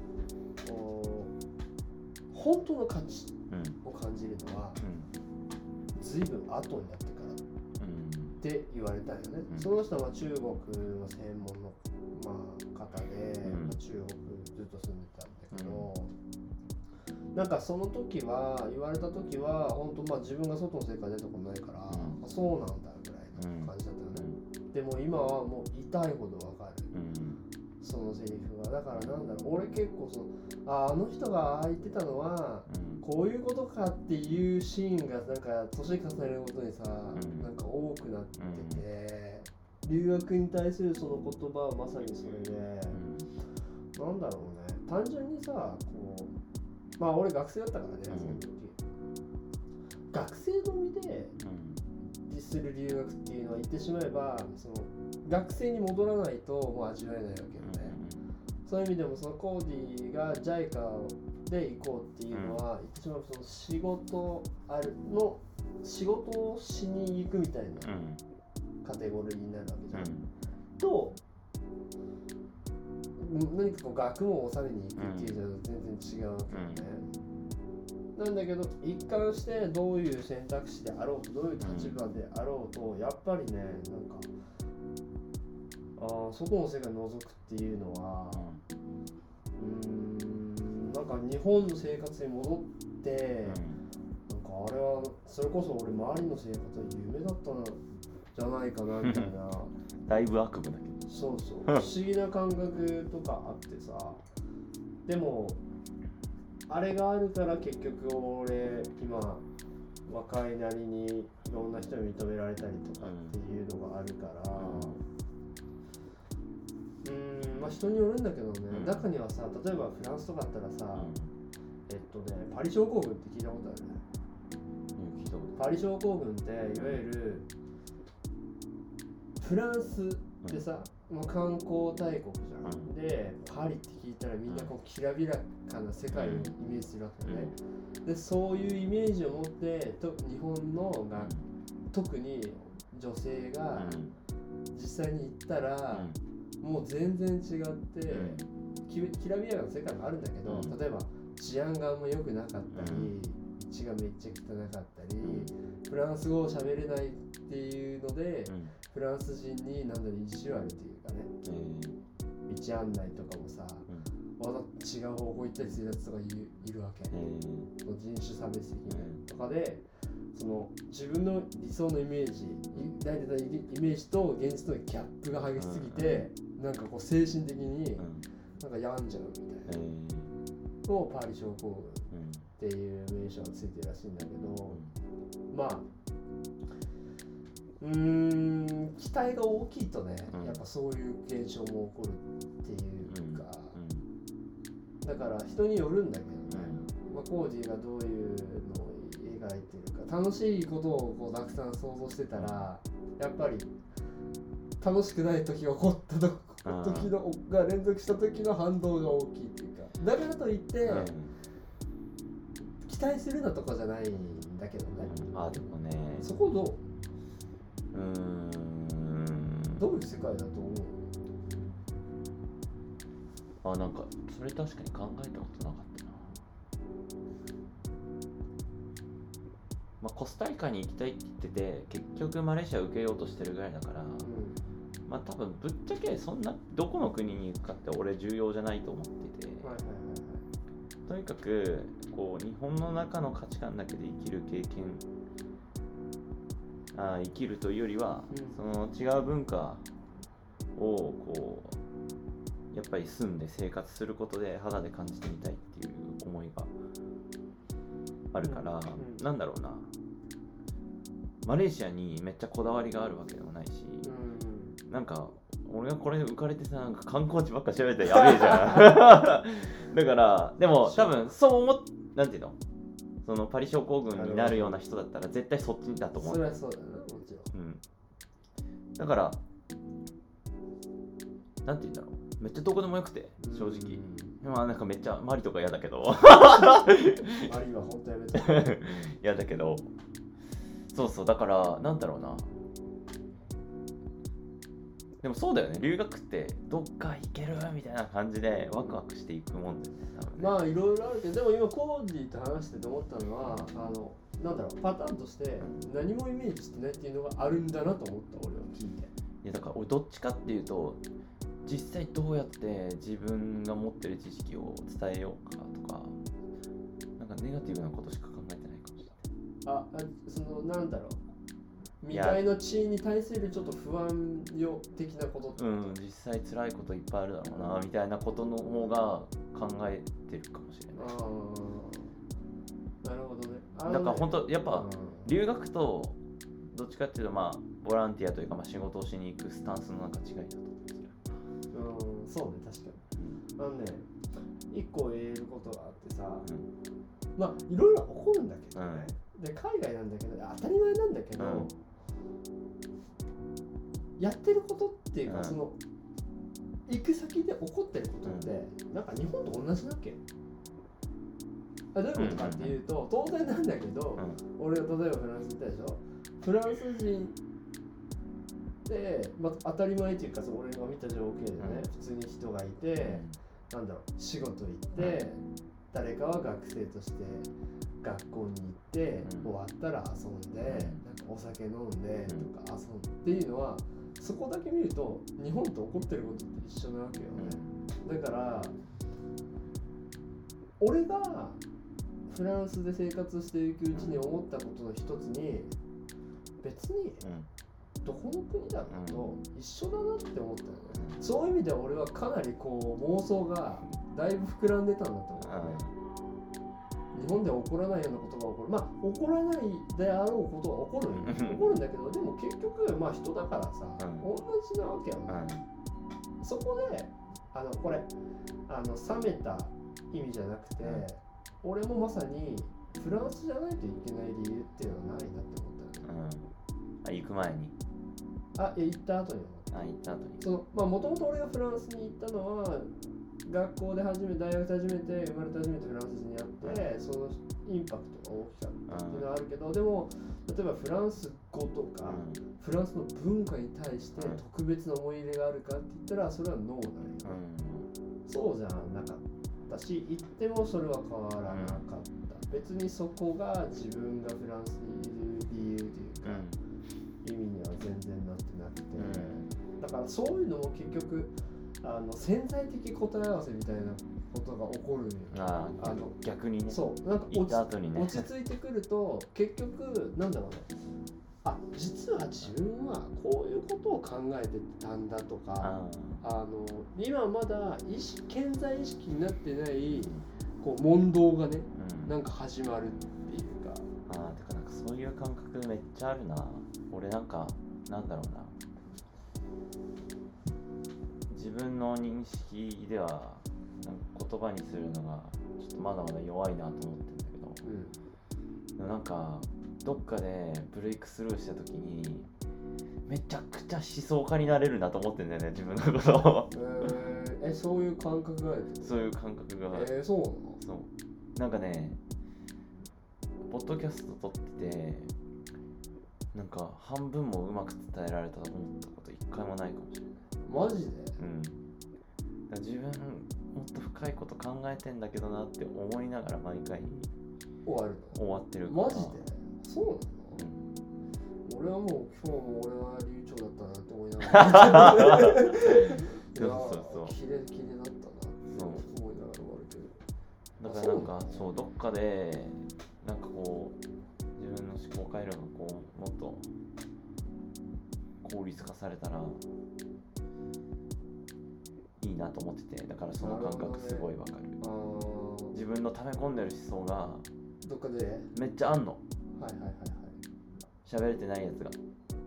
本当の価値を感じるのは、随分後になってからって言われたんよね。その人は中国の専門の、方で、中国ずっと住んでたんだけど、なんかその時は言われた時は本当自分が外の世界出たことないから、そうなんだぐらいの感じだったよね。でも今はもう痛いほどわかる、そのセリフは。だからなんだろう、俺結構あの人が言ってたのは、こういうことかっていうシーンがなんか年重ねるごとにさ、なんか多くなってて、留学に対するその言葉はまさにそれで、なんだろうね、単純にさ、俺学生だったからね、その時。学生の身で実する留学っていうのは言ってしまえば、学生に戻らないともう味わえないわけよね。そういう意味でもそのコーディが JICA で行こうっていうのは、言ってしまえばその仕事をしに行くみたいなカテゴリーになるわけじゃん。と何か学問を収めに行くっていうのは全然違うわけよね。なんだけど一貫してどういう選択肢であろうとどういう立場であろうと、やっぱりね、なんか外の世界を覗くっていうのは、なんか日本の生活に戻って、なんかあれはそれこそ俺周りの生活は夢だったんじゃないかなみたいなだいぶ悪夢だけど、 そう不思議な感覚とかあってさ。でもあれがあるから結局俺今若いなりにいろんな人に認められたりとかっていうのがあるから、人によるんだけどね、中にはさ、例えばフランスとかだったらさ、パリ症候群って聞いたことあるね。パリ症候群っていわゆるフランスでさ、観光大国じゃん。で、パリって聞いたらみんなきらびやかな世界をイメージするわけね。で、そういうイメージを持って日本の特に女性が実際に行ったら、もう全然違って、きらびやかな世界もあるんだけど、例えば治安があんま良くなかったり、道がめっちゃ汚かったり、フランス語を喋れないっていうので、フランス人に意地悪っていうかね、道案内とかもさ、わざと違う方向行ったりするやつとかいるわけ、人種差別的なとかで、自分の理想のイメージ抱いてたイメージと現実のギャップが激しすぎて、なんか精神的になんか病んじゃうみたいなのをパリ症候群っていう名称がついてるらしいんだけど、期待が大きいとね、やっぱそういう現象も起こるっていうか、だから人によるんだけどね、コーディがどういうのを描いてるか、楽しいことをたくさん想像してたら、やっぱり楽しくない時が起こった時が連続した時の反動が大きいっていうか、だからといって、期待するなとかじゃないんだけどね。 でもね、 そこどういう世界だと思う？ なんかそれ確かに考えたことなかったな。コスタリカに行きたいって言ってて、結局マレーシア受けようとしてるぐらいだから、多分ぶっちゃけそんなどこの国に行くかって俺重要じゃないと思ってて、とにかく日本の中の価値観だけで生きる経験、生きるというよりは、その違う文化をやっぱり住んで生活することで肌で感じてみたいっていう思いがあるから、なんだろうな、マレーシアにめっちゃこだわりがあるわけでもないし、なんか俺がこれ浮かれてさ、なんか観光地ばっか調べてやべえじゃんだからでも多分なんていうの、そのパリ症候群になるような人だったら絶対そっちだと思う。 それはそうだな、もちろん。 だからなんていうんだろめっちゃどこでもよくて正直、まあなんかめっちゃマリとか嫌だけどマリは本当やめて嫌だけど、そうそう、だからなんだろうな、でもそうだよね、留学ってどっか行けるみたいな感じでワクワクしていくもんだよね。 まあいろいろあるけど、でも今コーディと話してて思ったのは、なんだろう、パターンとして何もイメージしてないっていうのがあるんだなと思った、俺は聞いて。 いやだから俺どっちかっていうと、実際どうやって自分が持ってる知識を伝えようかとか、なんかネガティブなことしか考えてないかもしれない。 そのなんだろう、未開の地位に対するちょっと不安よ的なことって、 実際辛いこといっぱいあるだろうなみたいなことの方が考えてるかもしれない。 なるほどね。 だから本当やっぱ留学とどっちかっていうとまあボランティアというかまあ仕事をしに行くスタンスのなんか違いだと思うんですよ。 そうね、確かに。一個言えることがあってさ、まあいろいろ起こるんだけどね、で海外なんだけど当たり前なんだけど、やってることっていうか、その行く先で起こってることって、なんか日本と同じだっけ？どういうことかっていうと、当然なんだけど、俺が例えばフランス行ったでしょ。フランス人で、まあ、当たり前っていうか、俺が見た情景でね、普通に人がいて、なんだろう、仕事行って、誰かは学生として学校に行って、終わったら遊んで、なんかお酒飲んでとか遊んでっていうのは、そこだけ見ると日本と起こってることって一緒なわけよね。だから俺がフランスで生活していくうちに思ったことの一つに、別にどこの国だろうと一緒だなって思ったよね。そういう意味では俺はかなりこう妄想がだいぶ膨らんでたんだと思うね。日本では起こらないようなことが起こる。まあ起こらないであろうことは起こる起こるんだけど、でも結局まあ人だからさ、同じなわけよね。そこでこれ冷めた意味じゃなくて、俺もまさにフランスじゃないといけない理由っていうのはないなって思ったよね。 行く前に行った後に思った。 行った後にもともと俺がフランスに行ったのは学校で大学で初めて生まれて初めてフランス人に会って、そのインパクトが大きかったっていうのはあるけど、でも例えばフランス語とか、フランスの文化に対して特別な思い入れがあるかって言ったらそれはノーだよ、そうじゃなかったし、行ってもそれは変わらなかった、別にそこが自分がフランスにいる理由というか、意味には全然なってなくて、だからそういうのも結局潜在的答え合わせみたいなことが起こるのよ。 逆にね。 そうなんか行った後にね、 落ち着いてくると結局なんだろうね。実は自分はこういうことを考えてたんだとか、今まだ顕在意識になってないこう問答がね、なんか始まるっていうか。 てかなんかそういう感覚めっちゃあるな。俺なんかなんだろうな。自分の認識ではなんか言葉にするのがちょっとまだまだ弱いなと思ってるんだけど、なんかどっかでブレイクスルーした時にめちゃくちゃ思想家になれるなと思ってんだよね、自分のことを。 そういう感覚がある。 そういう感覚が。 そうなの？ そう。なんかね、ポッドキャスト撮ってて、なんか半分もうまく伝えられたと思ったこと一回もないかもしれない。 マジで？ 自分もっと深いこと考えてんだけどなって思いながら毎回終わってるから。 マジで？そうなの？俺はもう今日も俺は流暢だったなって思いながらそうキレだったなって思いながら終わるけど、 だからなんかそうどっかでなんかこう自分の思考回路がこうもっと効率化されたらいいなと思ってて、だからその感覚すごいわかる。自分の溜め込んでる思想がどっかでめっちゃあんの。喋れてないやつが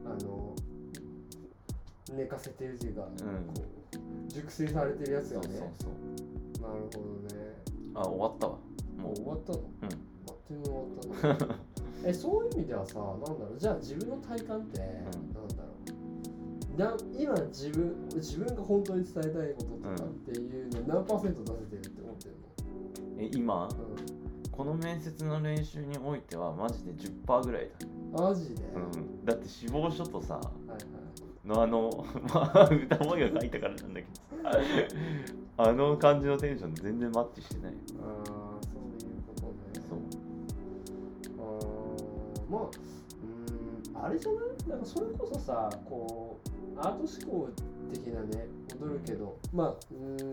寝かせてる字が、こう熟成されてるやつがね。そうなるほどね。 終わったわ。 もう終わったの？あっという間に終わったの。そういう意味ではさ、なんだろう、じゃあ自分の体感って、なんだろう、 今自分が本当に伝えたいこととかっていうの何%出せてるって思ってるの？ 今、この面接の練習においてはマジで 10% ぐらいだ。マジで？ だって志望書とさ、 はいはい、の歌声が書いたからなんだけどさ感じのテンション全然マッチしてない。 そういうことね。 そうまああれじゃない？なんかそれこそさ、こうアート思考的なね、踊るけど、まあ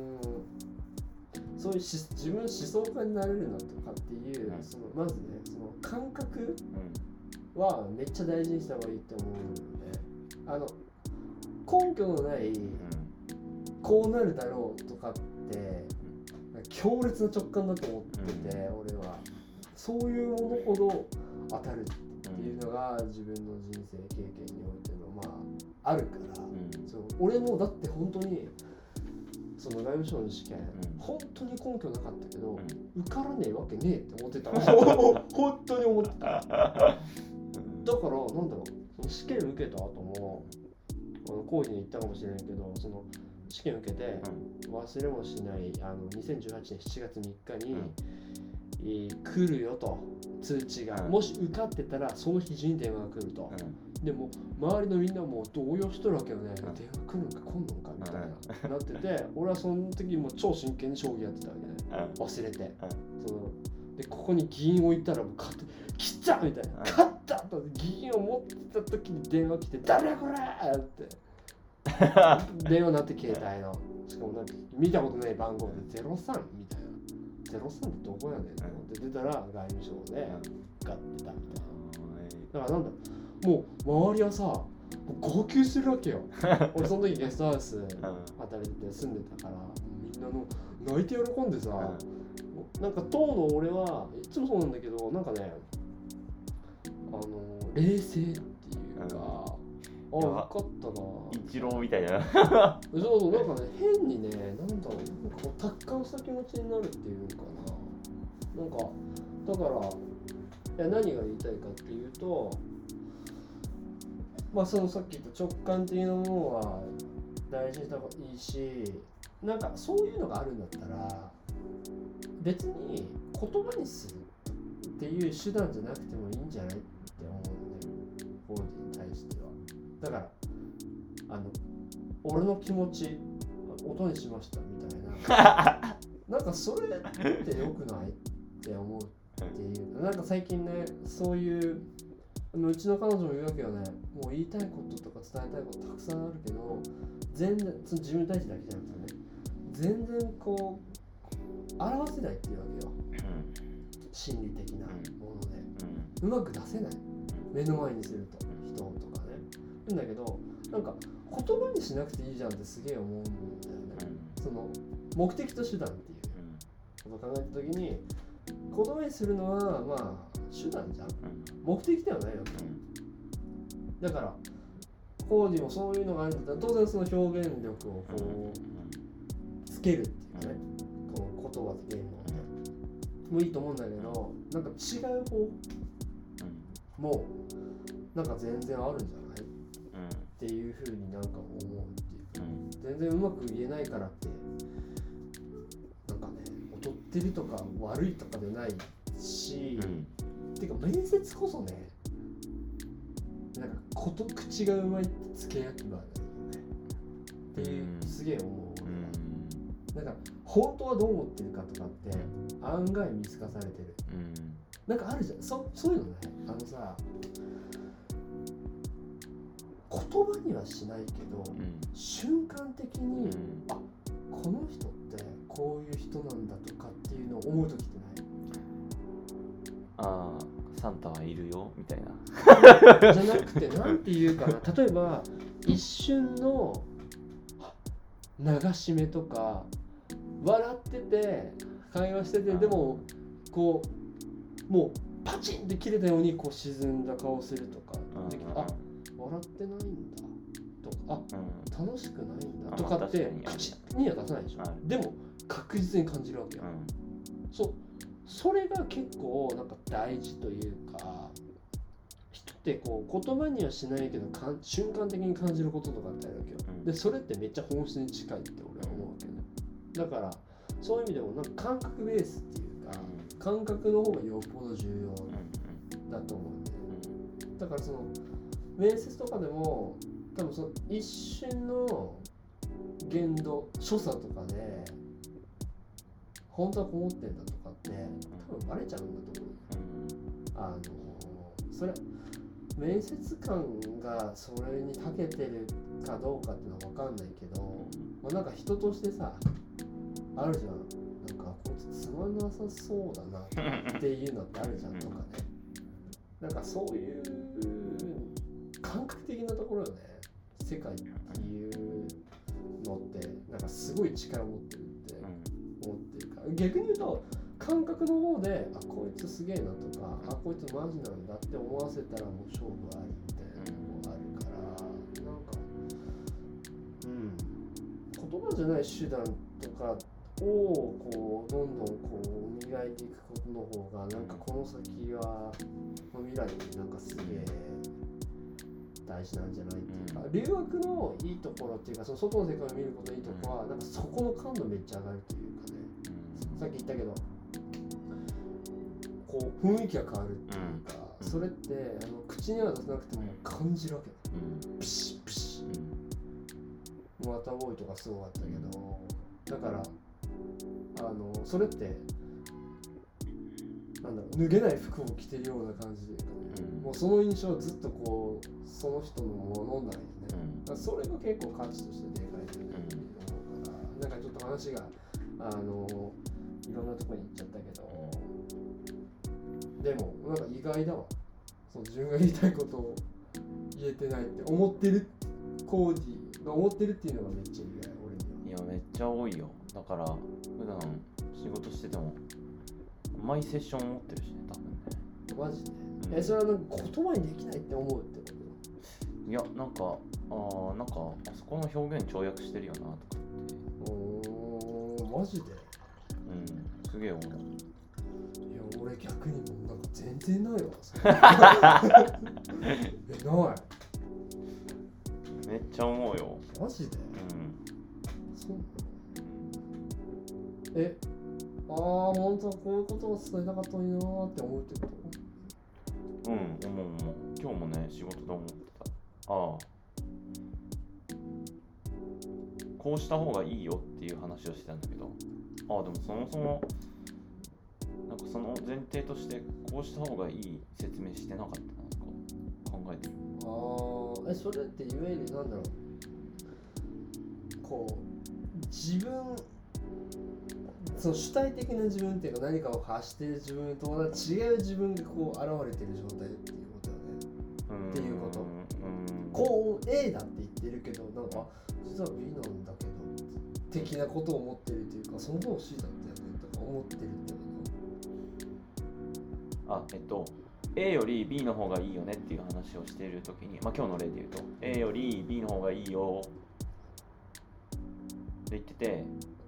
そういう自分思想家になれるなとかっていう、そのまずね、その感覚はめっちゃ大事にした方がいいって思うので、根拠のない、こうなるだろうとかって強烈な直感だと思ってて、俺はそういうものほど当たるっていうのが自分の人生経験においてのまああるから、そう俺もだって本当にその外務省の試験、本当に根拠なかったけど、受からねえわけねえって思ってた。本当に思ってた。だからなんだろう、その試験受けた後も講義に行ったかもしれないけど、その試験受けて忘れもしない2018年7月3日に、来るよと通知が、もし受かってたらその日中に電話が来ると、でも周りのみんなも動揺しとるわけよね、電話来るのか来んのかみたいな、なってて、俺はその時も超真剣に将棋やってたわけね、忘れて、でここに銀を置いたらもう勝って来たみたいな、勝ったと銀を持ってた時に電話来て、誰これって電話になって、携帯のしかもなんか見たことない番号で03みたいな、03ってどこやねんって出たら外務省でガッてたみたいな。だからなんだ、もう周りはさ、もう号泣するわけよ。俺その時ゲストハウス働いて住んでたから、みんなの泣いて喜んでさ、なんか当の俺はいつもそうなんだけど、なんかね、冷静っていうか、よかったな。 一郎みたいな。 そうなんかね、変にね、なんだろう、なんかこう達観した気持ちになるっていうかな。なんかだから何が言いたいかっていうと、まあそのさっき言った直感的なものは大事にした方がいいし、なんかそういうのがあるんだったら別に言葉にするっていう手段じゃなくてもいいんじゃないって思うんだよ、コーデに対しては。だから俺の気持ち音にしましたみたいななんかそれって良くないって思うっていう、なんか最近ね、そういううちの彼女も言うわけよね、もう言いたいこととか伝えたいことたくさんあるけど、全然その自分に対してだけじゃなくてね、全然こう表せないっていうわけよ、心理的なもので、うまく出せない、目の前にすると人とかね。だけどなんか言葉にしなくていいじゃんってすげえ思うんだよね。その目的と手段っていうことを考えた時に、言葉にするのはまあ手段じゃん、目的ではないわけ。だからコーディもそういうのがあるんだったら、当然その表現力をこうつけるっていうね、この言葉と言語でもいいと思うんだけど、なんか違う方もなんか全然あるんじゃないっていう風になんか思うっていうか、全然うまく言えないからってなんかね、劣ってるとか悪いとかじゃないし、てか面接こそね、なんか口がうまいって付け焼き場だよねっていう、すげえ思う。なんか本当はどう思ってるかとかって案外見透かされてる、なんかあるじゃん、そういうのね。さ、言葉にはしないけど、瞬間的に、あ、この人ってこういう人なんだとかっていうのを思う時ってない？ ああ、サンタはいるよみたいなじゃなくて、なんていうかな、例えば一瞬の流し目とか、笑ってて会話してて、でもこうもうパチンって切れたようにこう沈んだ顔するとか、あ、笑ってないんだとか、あ、楽しくないんだとかって口には出さないでしょ。でも確実に感じるわけよ。それが結構なんか大事というか、一ってこう言葉にはしないけど瞬間的に感じることとかってあるわけよ、でそれってめっちゃ本質に近いって俺は思うわけね。だからそういう意味でもなんか感覚ベースっていうか、感覚の方がよっぽど重要だと思うんだよね。だからその面接とかでも多分その一瞬の言動所作とかで本当はこう思ってんだとかって多分バレちゃうんだと思う。それ面接官がそれに長けてるかどうかっていうのは分かんないけど、まあ、なんか人としてさあるじゃん、なんかこいつつまんなさそうだなっていうのってあるじゃんとかね、なんかそういう感覚的なところよね。世界っていうのってなんかすごい力を持ってるって思ってるから、逆に言うと感覚の方でこいつすげえなとかこいつマジなんだって思わせたらもう勝負ありみたいなのがあるから、なんか言葉じゃない手段とかをこうどんどんこう磨いていくことの方がなんかこの先は未来になんかすげえ大事なんじゃないっていうか、留学のいいところっていうか、その外の世界を見ることのいいところはなんかそこの感度めっちゃ上がるというかね、さっき言ったけどこう雰囲気が変わるっていうか、それって口には出さなくても感じるわけだ、ピシッピシッ。モアタボーイとかすごかったけど、だからそれってなんだろう、脱げない服を着てるような感じで、もうその印象はずっとこうその人のものなんよね、だからそれが結構価値としてでかいと思うから、なんかちょっと話がいろんなところに行っちゃったけど、でもなんか意外だわ、その自分が言いたいことを言えてないって思ってるコーディが思ってるっていうのがめっちゃ意外、俺には。 いやめっちゃ多いよ。だから普段仕事してても毎セッション持ってるしね、多分ね。 マジで、それはなんか言葉にできないって思うってこと？ いやなんかなんかあそこの表現跳躍してるよなとかって。マジで？ すげえ思う。 いや俺逆にもうなんか全然ないわないめっちゃ思うよ。 マジで？そう本当はこういうことを伝えたかったのになーって思うってこと？ 思う。今日もね仕事で思ってた。こうした方がいいよっていう話をしてたんだけど、でもそもそもなんかその前提としてこうした方がいい説明してなかったなとか考えてる。 それっていわゆるなんだろう、こう自分、その主体的な自分っていうか何かを発している自分とは違う自分がこう現れている状態っていうことよね。っていうこと。こう A だって言ってるけどなんか実は B なんだけど的なことを思ってるっていうか、その方が C だったよねとか思ってるってこと。A より B の方がいいよねっていう話をしているときに、今日の例で言うと A より B の方がいいよって言ってて、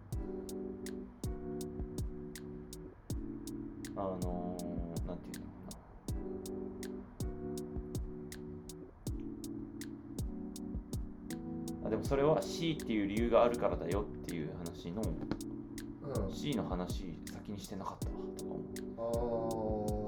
なんていうのかな、でもそれは C っていう理由があるからだよっていう話の、C の話先にしてなかったわとか思う。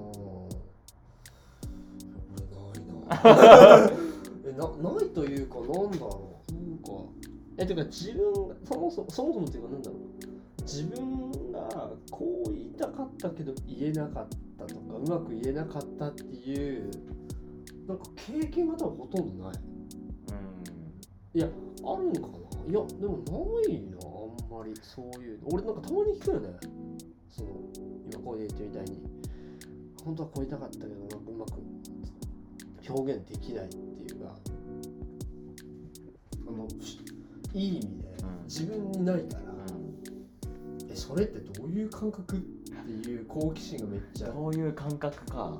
ないというか、なんだろう、なんかてか自分そもそもっていうかなんだろう、自分がこう言いたかったけど言えなかったとかうまく言えなかったっていうなんか経験が多分ほとんどない。いやあるんかな。いやでもないな、あんまりそういうの。俺なんかたまに聞くよね。その今こう言ってみたいに本当はこう言いたかったけどなんかうまく表現できないっていうか、いい意味で自分にないから、それってどういう感覚っていう好奇心がめっちゃ。 どういう感覚か。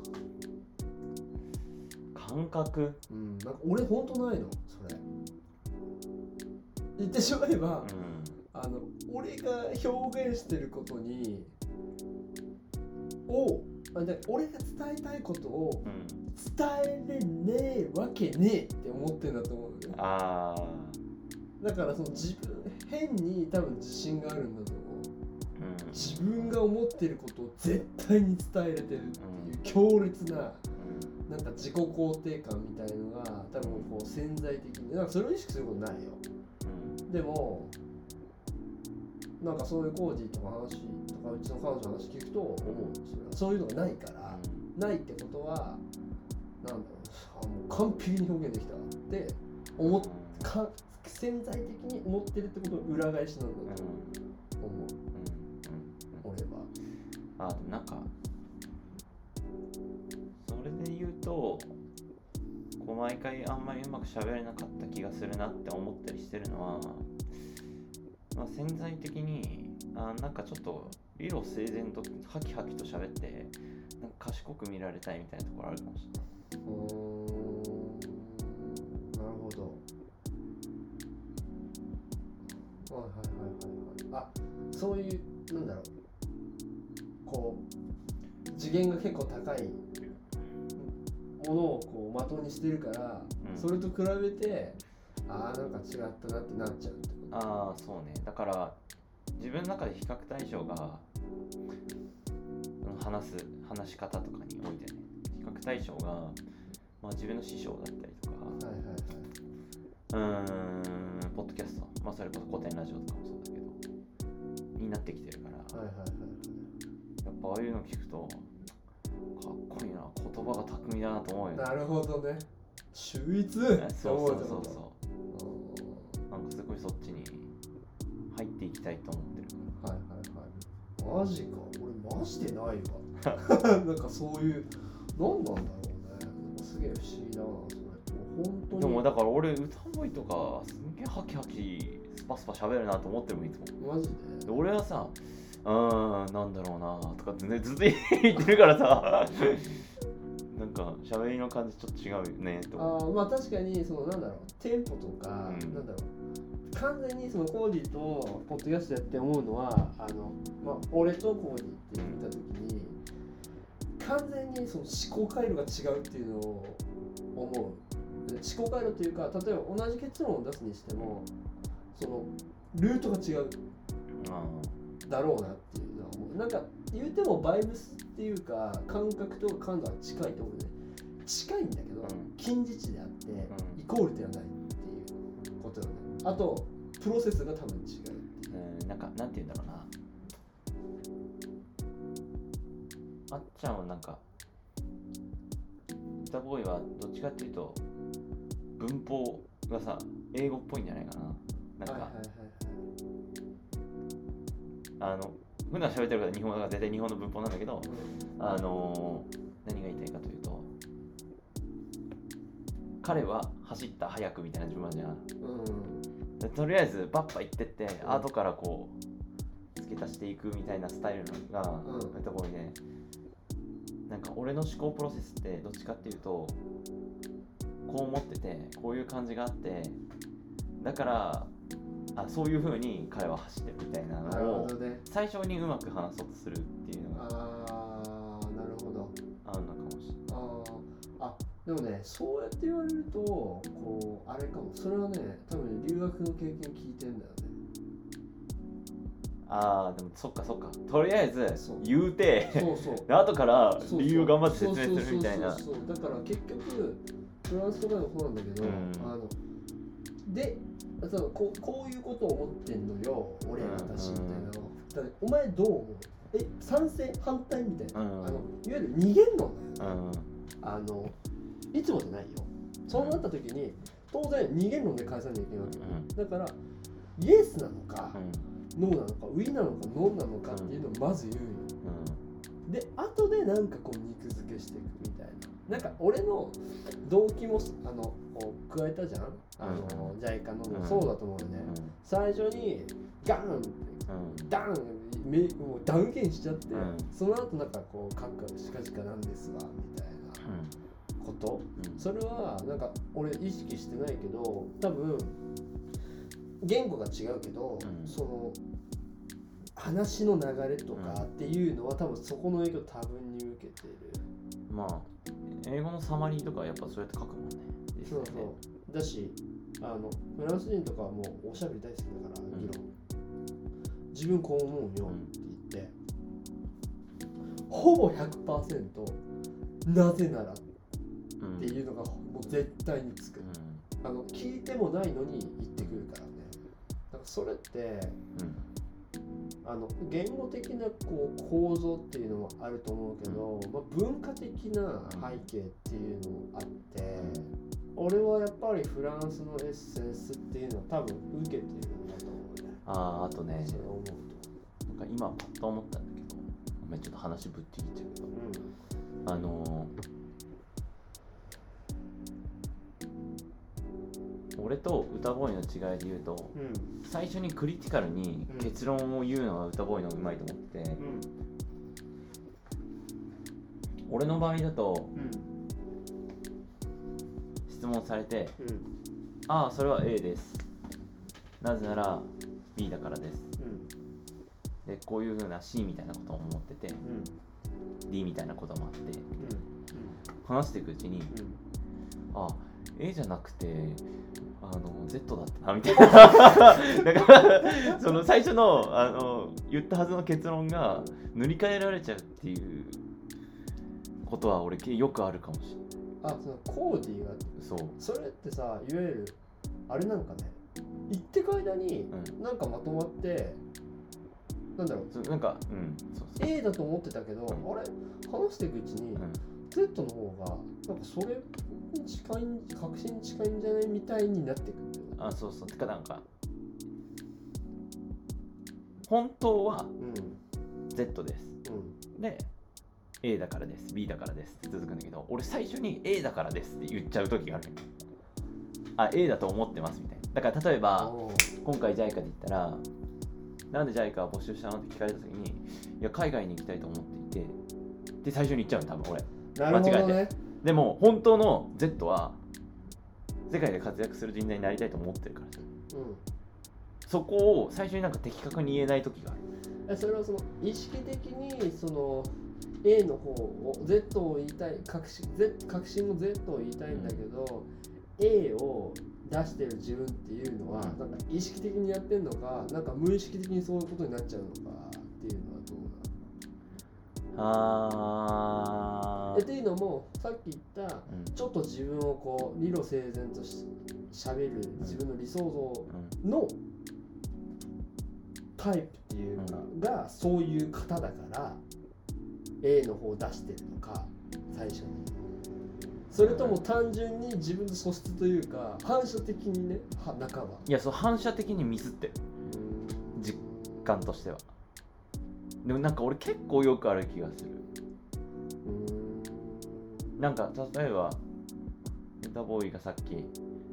感覚？ なんか俺ほんとないのそれ。言ってしまえば、俺が表現してることにをで俺が伝えたいことを伝えれねえわけねえって思ってるんだと思うよ。 あだからその自分変に多分自信があるんだと思う、自分が思ってることを絶対に伝えれてるっていう強烈ななんか自己肯定感みたいのが多分こう潜在的になんかそれを意識することないよ、でもなんかそういうコーディとか話とかうちの彼女の話聞くと思う。そういうのがないから、ないってことはなんだろう、もう完璧に表現できたって潜在的に思ってるってことの裏返しなんだと思う、俺は。 でもなんかそれで言うとこう毎回あんまりうまく喋れなかった気がするなって思ったりしてるのは、潜在的になんかちょっと理路整然とハキハキと喋ってなんか賢く見られたいみたいなところあるかもしれない。 なるほど。そういうなんだろう、こう次元が結構高いものをこう的にしてるから、それと比べてなんか違ったなってなっちゃうってこと。 そうね。だから自分の中で比較対象が話し方とかにおいてね、比較対象が、自分の師匠だったりとか、ポッドキャスト、それこそ古典ラジオとかもそうだけどになってきてるから、やっぱああいうの聞くとかっこいいな、言葉が巧みだなと思うよね。 なるほどね。秀逸。 そうなんかすごいそっちに入っていきたいと思ってるから。 マジか、俺マジでないわ。なんかそういう何なんだろうね。すげえ不思議だなそれ。本当に。 でもだから俺歌声とかすげえハキハキスパスパ喋るなと思ってるもんいつも。 マジで。 俺はさ、なんだろうなとかってねずっと言ってるからさ。なんか喋りの感じちょっと違うよねと。 確かにそのなんだろう、テンポとか、なんだろう、完全にそのコーディとポッドキャストやって思うのは俺とコーディって言った時に、完全にその思考回路が違うっていうのを思う。思考回路というか、例えば同じ結論を出すにしてもそのルートが違うだろうなっていうのは思う。なんか言うてもバイブスっていうか感覚と感度は近いと思うね。近いんだけど、近似値であって、イコールではないっていうことよね。あとプロセスが多分違うっていう。 なんかなんて言うんだろうな。あっちゃんはなんか歌ボーイはどっちかっていうと文法がさ英語っぽいんじゃないかな。なんか普段喋ってるから日本語が絶対日本の文法なんだけど、何が言いたいかというと、彼は走った早くみたいな順番じゃん、とりあえずバッパ行ってって、後からこう付け足していくみたいなスタイルが歌ボーイで、なんか俺の思考プロセスってどっちかっていうとこう思っててこういう感じがあって、だからそういう風に彼は走ってるみたいなのを最初にうまく話そうとするっていうのがなるほどあるのかもしれない。 でもね、そうやって言われるとこうあれかも。それはね、多分留学の経験聞いてんだよね。 でもそっかとりあえず言うて後から理由を頑張って説明するみたいな。 だから結局フランスとかでもそうなんだけど、でこういうことを思ってんのよ俺私みたいなの。だお前どう思う？賛成反対みたいな、いわゆる二元論だよね。いつもじゃないよ。そうなった時に当然二元論で返さなきゃいけないわけ、だからイエスなのか、ノーなのか、ウィなのかノーなのかっていうのをまず言うよ、で後でなんかこう肉付けしていくみたいな。なんか俺の動機も加えたじゃん、ジャイカのもそうだと思うよね、最初にガーンってダンもう断言しちゃって、その後なんかこうカクカクしかじかなんですわみたいなこと、それはなんか俺意識してないけど、多分言語が違うけど、その話の流れとかっていうのは多分そこの影響を多分に受けてまあ英語のサマリーとかはやっぱそうやって書くもんね。 そうそうだし、フランス人とかはもうおしゃべり大好きだから議論、自分こう思うよって言って、ほぼ 100% なぜならっていうのがもう絶対につく、聞いてもないのに言ってくるからね。だからそれって、言語的なこう構造っていうのもあると思うけど、文化的な背景っていうのもあって、俺はやっぱりフランスのエッセンスっていうのは多分受けてるんだと思うね。 あとね、 それ思うとなんか今パッと思ったんだけど、ごめんちょっと話ぶっていっちゃうけど、俺と歌ボーイの違いで言うと、最初にクリティカルに結論を言うのが歌ボーイのうまいと思ってて、俺の場合だと、質問されて、ああそれは A です、なぜなら B だからです、でこういう風な C みたいなことも思ってて、D みたいなこともあって、話していくうちに、あ A じゃなくてZ だったなみたいなだからその最初の言ったはずの結論が塗り替えられちゃうっていうことは俺よくあるかもしれない。 そのコーディがそれってさ、いわゆるあれなんかね、言ってく間になんかまとまって、なんだろう、 なんか、 そう A だと思ってたけど、あれ話していくうちに、Z の方がなんかそれに近い、確信に近いんじゃないみたいになってくるんだよね。 そうそう。てかなんか本当は Z です、で A だからです B だからですって続くんだけど、俺最初に A だからですって言っちゃう時がある。A だと思ってますみたいな。だから例えば今回 JICA で言ったら、なんで JICA を募集したのって聞かれた時に、いや海外に行きたいと思っていてで最初に言っちゃうの多分俺。 なるほどね。 間違えて。でも本当の Z は世界で活躍する人材になりたいと思ってるから、そこを最初になんか的確に言えない時がある。 それはその意識的にその A の方を Z を言いたい、確信の Z を言いたいんだけど、A を出してる自分っていうのはなんか意識的にやってんのか、なんか無意識的にそういうことになっちゃうのかっていうのはどうなの？っていうのもさっき言った、ちょっと自分をこう理路整然としゃべる自分の理想像のタイプっていうかがそういう方だから A の方を出してるのか最初に、それとも単純に自分の素質というか反射的にね、半ばいやそう反射的にミスってる、実感としては。でもなんか俺結構よくある気がする。なんか例えば歌ボーイがさっき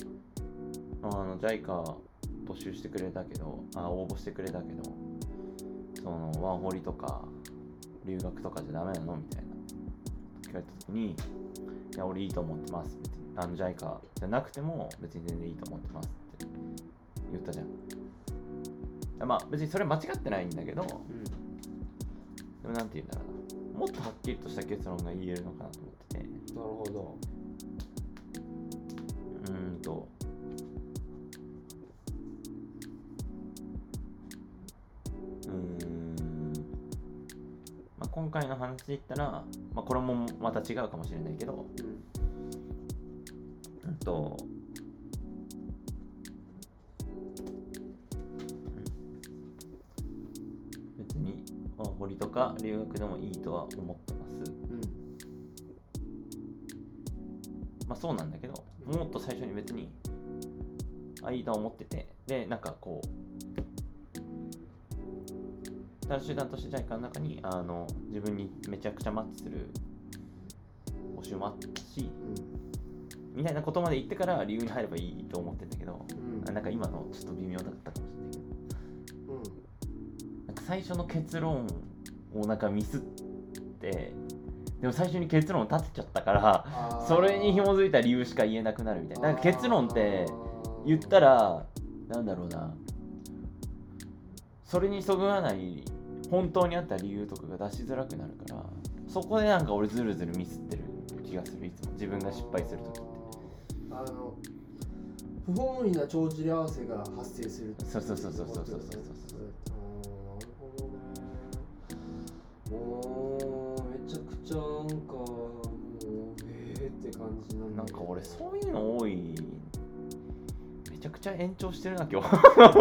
JICA 募集してくれたけど、応募してくれたけど、そのワンホリとか留学とかじゃダメなのみたいな聞かれた時に、いや俺いいと思ってますって、JICA じゃなくても別に全然いいと思ってますって言ったじゃん。まあ別にそれ間違ってないんだけど、でもなんて言うんだろうな、もっとはっきりとした結論が言えるのかなと思ってて。 なるほど。 今回の話で言ったら、これもまた違うかもしれないけど、別にホリとか留学でもいいとは思ってます。そうなんだけど、もっと最初に別にいいとは思ってて、でなんかこう集団としてJICAの中に自分にめちゃくちゃマッチする募集もあったし、みたいなことまで言ってから理由に入ればいいと思ってんだけど、なんか今のちょっと微妙だったかもしれないけど、なんか最初の結論をなんかミスって、でも最初に結論を立てちゃったからそれに紐づいた理由しか言えなくなるみたいな。なんか結論って言ったらなんだろうな、それにそぐわない本当にあった理由とかが出しづらくなるから、そこでなんか俺ずるずるミスってる気がする。いつも自分が失敗するときって不本意な帳尻合わせが発生する。 そうなるほどね。めちゃくちゃなんかもうって感じなんだ。 なんか俺そういうの多い。めちゃくちゃ延長してるな今日。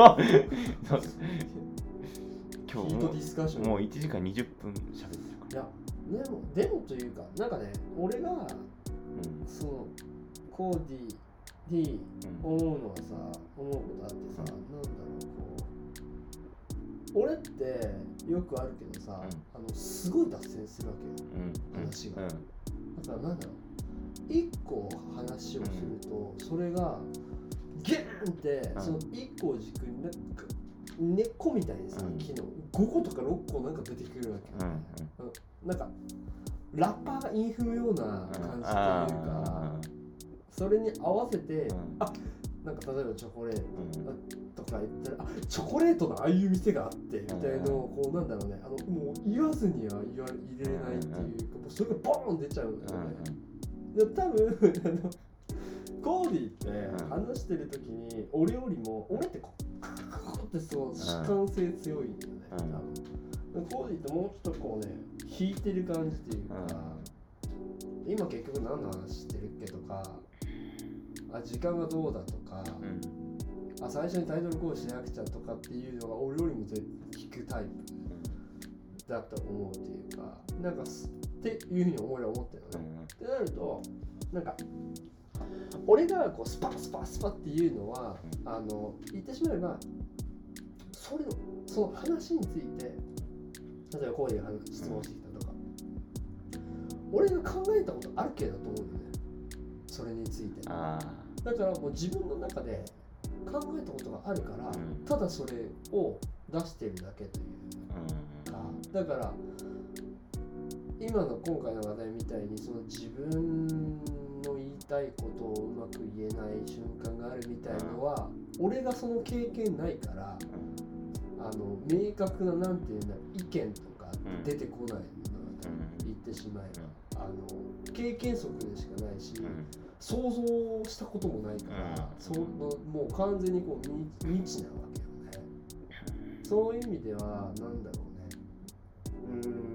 今日ヒートディスカッションもう1時間20分喋ってるから。 いやでもというかなんかね、俺が、そのコーディに思うのはさ、思うことあってさ、なんだろう、俺ってよくあるけどさ、すごい脱線するわけよ、話が。だからなんだろう、1個話をすると、それがギューンって、その1個を軸になんか根っこみたいにさ、木の5個とか6個なんか出てくるわけよ、なんかラッパーがインフむような感じというか、それに合わせて、なんか例えばチョコレートとか言ったら、チョコレートのああいう店があってみたいなのをこうなんだろうね、もう言わずには入れれないっていうか、もうそれがボーン出ちゃうんだよね。で多分コーディって話してる時に俺よりも俺ってこうってそう主観性強いんだよね。コーディってもうちょっとこうね引いてる感じっていうか、今結局何の話してるっけとか、時間がどうだとか、最初にタイトルコールしなくちゃとかっていうのが俺よりも聞くタイプだと思うっていうか、なんかっていうふうに俺は思ってるのね。ってなるとなんか俺がこうスパっていうのは、言ってしまえばその話について、例えばこういう質問してきたとか、俺が考えたことあるけどと思うんだよね、それについて。だからもう自分の中で考えたことがあるから、ただそれを出してるだけというか、だから今回の話題みたいにその自分の言いたいことをうまく言えない瞬間があるみたいのは、俺がその経験ないから、明確ななんていうんだ意見とか出てこないのなと言ってしまえば、経験則でしかないし、想像したこともないから、もう完全にこう未知なわけよね。そういう意味ではなんだろうね、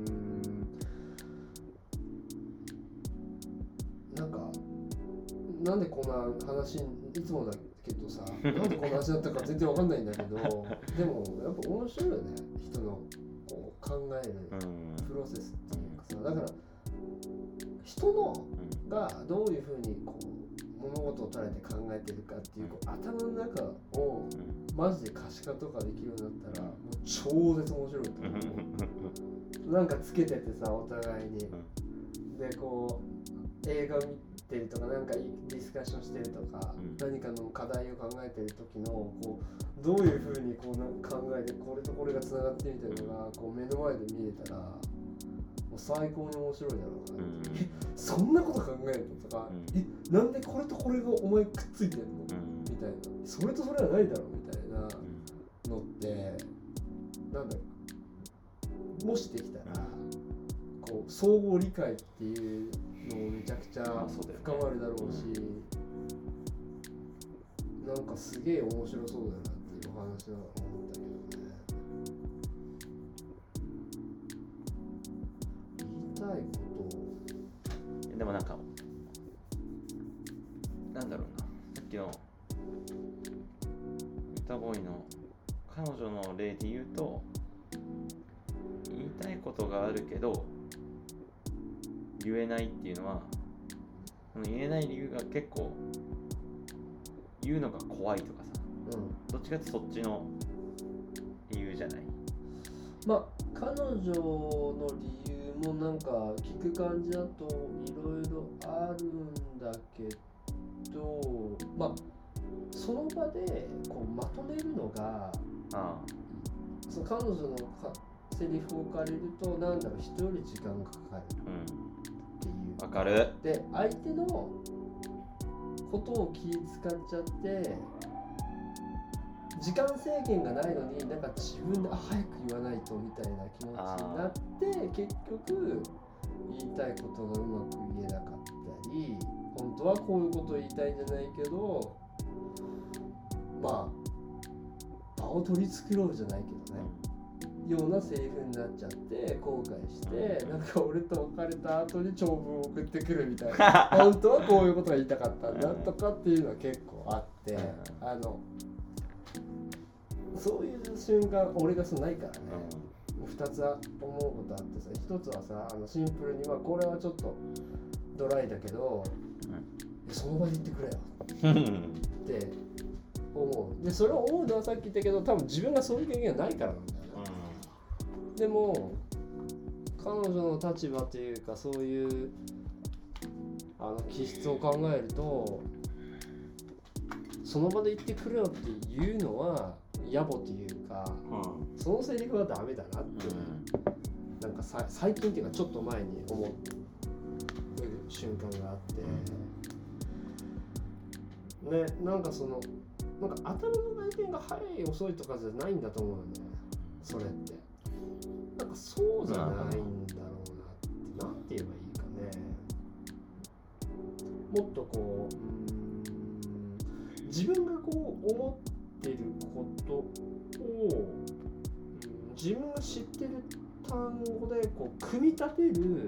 なんかなんでこんな話いつもだけどさ、なんでこんな話だったか全然わかんないんだけど、でもやっぱ面白いよね、人のこう考えるプロセスっていうかさ。だから人のがどういうふうにこう物事を捉えて考えてるかっていう、こう頭の中をマジで可視化とかできるようになったらもう超絶面白いと思う。なんかつけててさ、お互いにでこう映画見てるとか、なんかディスカッションしてるとか、何かの課題を考えてる時のこうどういうふうにこうなんか考えて、これとこれがつながってみたいなのがこう目の前で見れたらもう最高に面白いだろうな、そんなこと考えるのとか、なんでこれとこれがお前くっついてんの、みたいな、それとそれはないだろうみたいなのって、なんだろう、もしできたらこう相互理解っていうのもめちゃくちゃ深まるだろうし、なんかすげえ面白そうだなっていうお話は思ったけどね。言いたいことを、 でもなんかなんだろうな、さっきの歌ボーイの彼女の例で言うと、言いたいことがあるけど言えないっていうのは、その言えない理由が結構言うのが怖いとかさ、どっちかってそっちの理由じゃない。 まあ彼女の理由もなんか聞く感じだといろいろあるんだけど、まあその場でこうまとめるのが、その彼女のセリフを借りると、なんだろう、人より時間がかかるっていう。 わかる。 で、相手のことを気遣っちゃって、時間制限がないのに、なんか自分で早く言わないとみたいな気持ちになって、結局言いたいことがうまく言えなかったり、本当はこういうことを言いたいんじゃないけど、まあ場を取り繕うじゃないけどね、ようなセリフになっちゃって後悔して、なんか俺と別れた後に長文を送ってくるみたいな本当はこういうことが言いたかったんだとかっていうのは結構あって、そういう瞬間俺がないからね。2つ思うことあってさ、1つはさ、シンプルにこれはちょっとドライだけど、その場で言ってくれよって思う。でそれを思うのはさっき言ったけど、多分自分がそういう経験がないからなんだよね。でも彼女の立場というか、そういう気質を考えると、その場で言ってくれよっていうのは野暮というか、そのセリフはダメだなって、なんか最近っていうかちょっと前に思ってる瞬間があって、ね、なんか頭の回転が速い遅いとかじゃないんだと思うよね、それって。なんかそうじゃないんだろうなって、なんて言えばいいかね。もっとこう、自分がこう思ってることを、自分が知ってる単語でこう組み立てる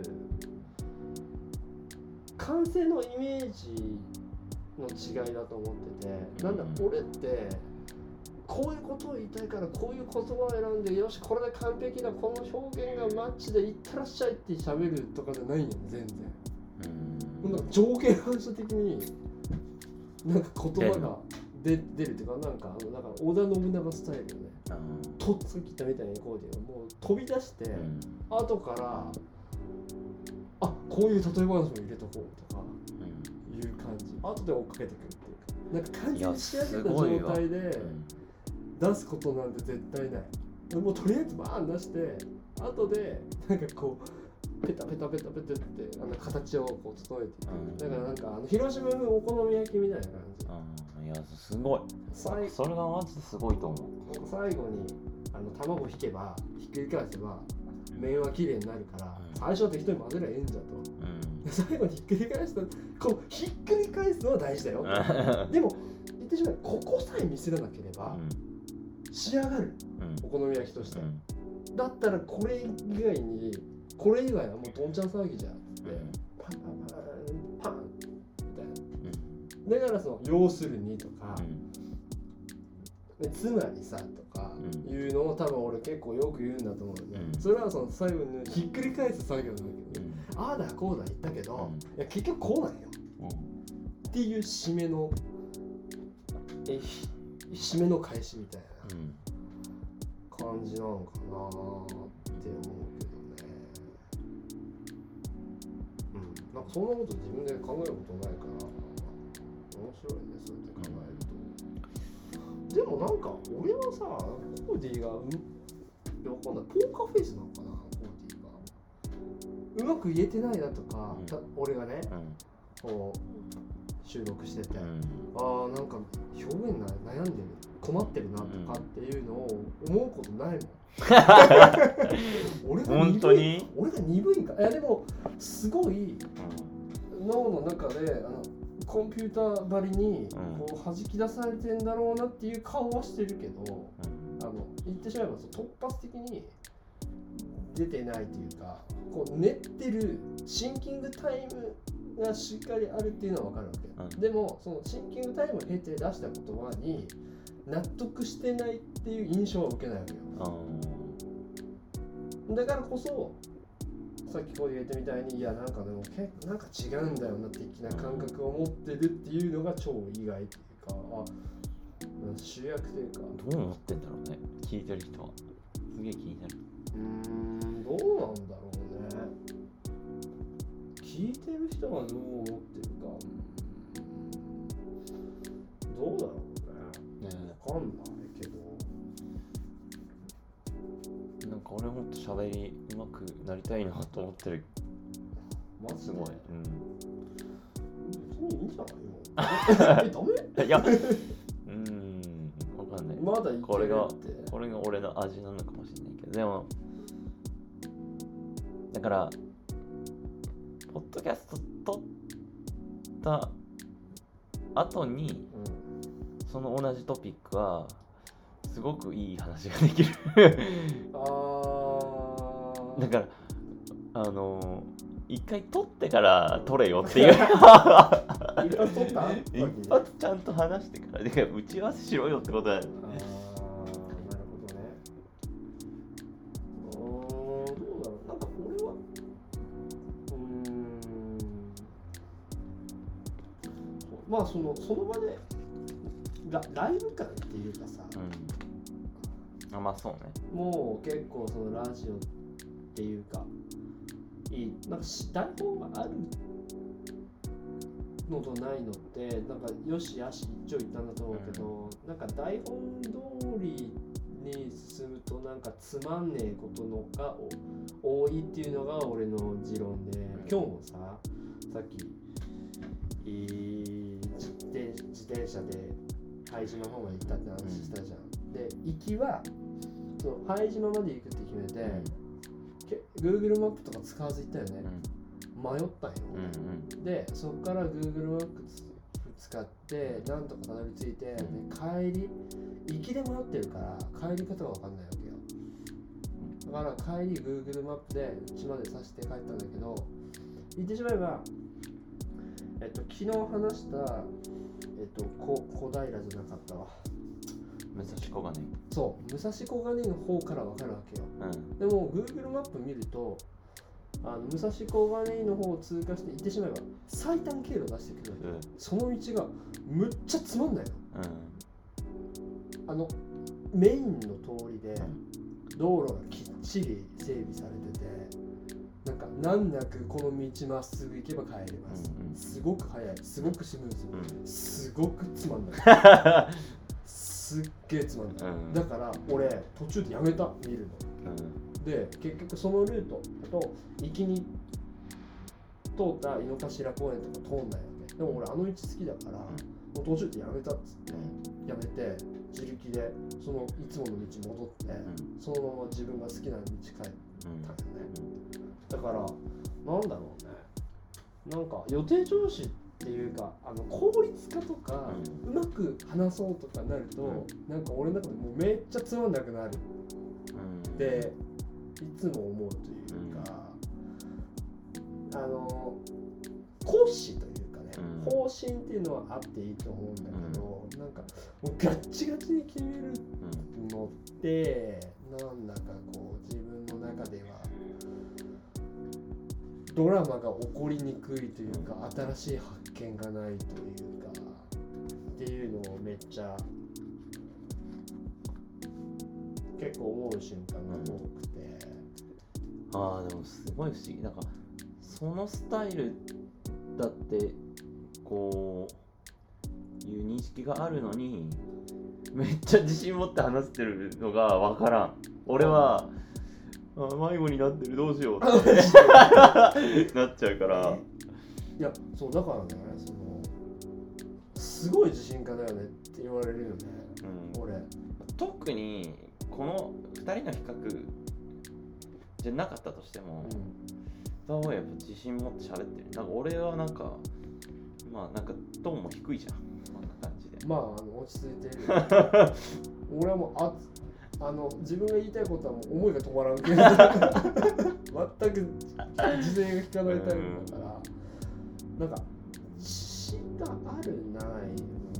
完成のイメージの違いだと思ってて、なんだ俺ってこういうことを言いたいからこういう言葉を選んで、よしこれで完璧だ、この表現がマッチでいってらっしゃいって喋るとかじゃないよね、全然。なんか条件反射的になんか言葉が出るっていうか、なんか織田信長スタイルよね。とっつきたみたいにこうでもう飛び出して、後からこういう例え話も入れとこうとかいう感じ、後で追っかけてくるっていうか、なんか完全に仕上げた状態で出すことなんて絶対ない。もうとりあえずバーン出して、後でなんかこうペタペタペタペタって形をこう整えていく、だからなんか広島のお好み焼きみたいな感じ。 いやすごい、それがマジですごいと思う。 最後に卵引けばひっくり返せば麺は綺麗になるから、最初は適当に混ぜりゃええんじゃと、最後にひっくり返すと、このひっくり返すのは大事だよでも言ってしまえばここさえ見せらなければ仕上がる、お好み焼きとして、だったらこれ以外はもうどんちゃん騒ぎじゃんって、パンパンパンパンみたいな、だからその要するにとか、つまりさとかいうのを多分俺結構よく言うんだと思うよね。それはその最後にひっくり返す作業なんだけど、ああだこうだ言ったけど、いや結局こうなんよっていう締めの返しみたいな感じなのかなって思うけどね。なんかそんなこと自分で考えることないから面白いね、そうやって考えると。でもなんか俺はさ、コーディがわかんない、ポーカーフェイスなのかな、コーディがうまく言えてないなとか、俺がね、こう収録してて、なんか表現が悩んでる、困ってるなとかっていうのを思うことないもん俺が鈍いんか。いやでもすごい脳の中でコンピューター張りにこう弾き出されてんだろうなっていう顔はしてるけど、言ってしまえば突発的に出てないというか、こう練ってるシンキングタイムがしっかりあるっていうのは分かるわけ、でもそのシンキングタイムを経て出した言葉に納得してないっていう印象は受けないわけよ。だからこそさっきこう言ってみたいに、いやなんかでもなんか違うんだよな的な感覚を持ってるっていうのが超意外っていうか、主役というか。 どう思ってんだろうね、聞いてる人は。すげえ気になる。 どうなんだろうね。聞いてる人がどう思ってるか、どうだろうね。わかんないけど。 なんか俺もっと喋り上手くなりたいなと思ってる。 マジですごい。 別にいいんじゃないの？ダメ？ いや、わかんない。 まだいけるって。 これが俺の味なのかもしれないけど、でもだからポッドキャスト撮った後に、その同じトピックはすごくいい話ができるだから一回撮ってから撮れよっていう一発ちゃんと話してからで打ち合わせしろよってことだよ。 なるほどね。どうだろう、なんか俺はまあその場でライブ感っていうかさ、 まあそうね。 もう結構そのラジオっていうかなんか台本があるのとないのってなんかよしあし一長一短だと思うけど、なんか台本通りに進むとなんかつまんねえことのが多いっていうのが俺の持論で、今日もさっき自転車で拝島の方まで行ったって話したじゃん。で行きはそう拝島まで行くって決めて、Google マップとか使わず行ったよね。迷ったんよ、でそこから Google マップ使ってなんとかたどり着いて、で帰り行きで迷ってるから帰り方が分かんないわけよ。だから帰り Google マップで家までさせて帰ったんだけど、言ってしまえば昨日話した小平じゃなかったわ、 武蔵小金井。 そう武蔵小金井の方から分かるわけよ、でも Google マップ見ると武蔵小金井の方を通過して行ってしまえば最短経路を出してくるわけ、その道がむっちゃつまんないの、メインの通りで道路がきっちり整備されてて、なんか難なくこの道まっすぐ行けば帰れます、すごく速い、すごくスムーズ、すごくつまんないすっげえつまんない、だから俺途中でやめた見るの、で結局そのルートと行きに通った井の頭公園とか通んないよね。でも俺道好きだから、もう途中でやめたっつってやめて自力でそのいつもの道戻って、そのまま自分が好きな道帰ったんよね、だからなんだろうね、なんか予定調子っていうか効率化とか、うまく話そうとかなると、なんか俺の中でもうめっちゃつまんなくなるっていつも思うというか、講師というかね、方針っていうのはあっていいと思うんだけど、なんかもうガッチガチに決めるのってなんだかこう自分の中ではドラマが起こりにくいというか、新しい発見がないというかっていうのをめっちゃ結構思う瞬間が多くて、 でもすごい不思議。なんかそのスタイルだってこういう認識があるのにめっちゃ自信持って話してるのが分からん。俺は迷子になってるどうしようってなっちゃうから。 いやそうだからね、すごい自信家だよねって言われるよね、俺特にこの2人の比較じゃなかったとしても、やっぱ自信持って喋ってる。なんか俺はなんかまあなんかトーンも低いじゃん、こんな感じで。 まあ落ち着いてる俺はもう自分が言いたいことはもう思いが止まらんけど全く自制が効かないタイプだから、なんか自信があるない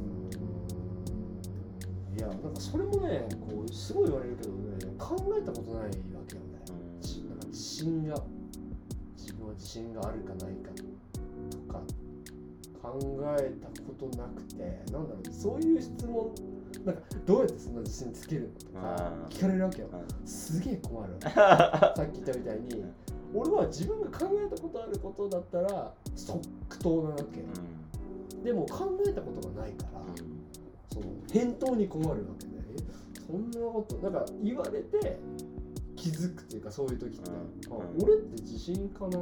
いやなんかそれもねこうすごい言われるけどね、考えたことないわけよね。なんか自分は自信があるかないかとか考えたことなくて、なんだろう、そういう質問なんかどうやってそんな自信つけるのとか聞かれるわけよ。すげえ困るさっき言ったみたいに俺は自分が考えたことあることだったら即答なわけ、でも考えたことがないから、その返答に困るわけで、そんなことなんか言われて気づくっていうか、そういう時って、俺って自信家なんか、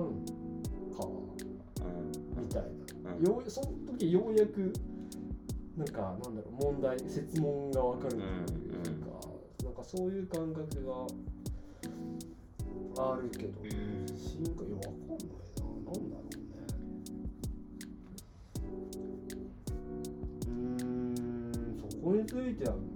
みたいな、その時ようやくなんだろう、設問が分かるというか、なんかそういう感覚があるけど、自信家分かんないな、なんだろうね。 については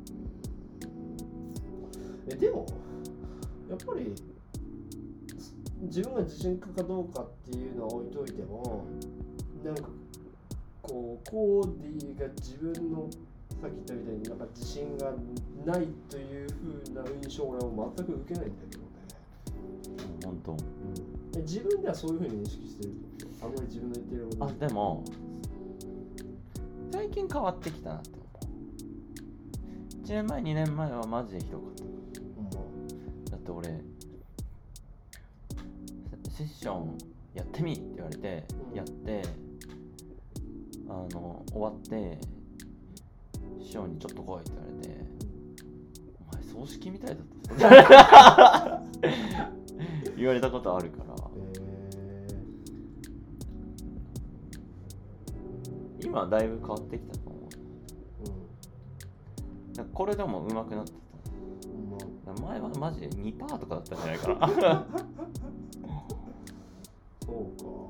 でもやっぱり自分が自信家かどうかっていうのは置いといても、なんかこうコーディが自分のさっき言ったみたいになんか自信がないという風な印象を俺は全く受けないんだけどね。 本当、 自分ではそういう風に認識してる。あんまり自分の言ってることでも最近変わってきたなって思う。1年前2年前はマジでひどかった、だって俺セッションやってみって言われて、やって終わって師匠にちょっと来いって言われて、お前葬式みたいだった言われたことあるから、今だいぶ変わってきたと思う、だからこれでも上手くなってた、前はマジで 2% とかだったんじゃないかなそうか。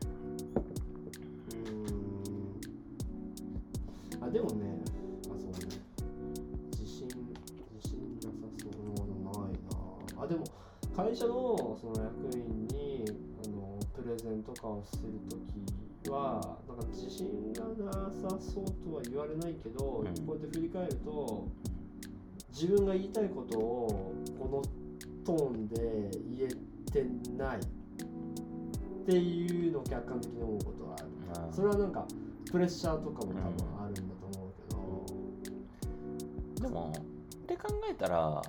でもね、そうね。自信なさそうなないな。でも会社のその役員にプレゼンとかをするときはなんか自信がなさそうとは言われないけど、こうやって振り返ると自分が言いたいことをこのトーンで言えてないっていうのを客観的に思うことはある。それはなんかプレッシャーとかも多分あるんだと思うけど、 でもって考えたら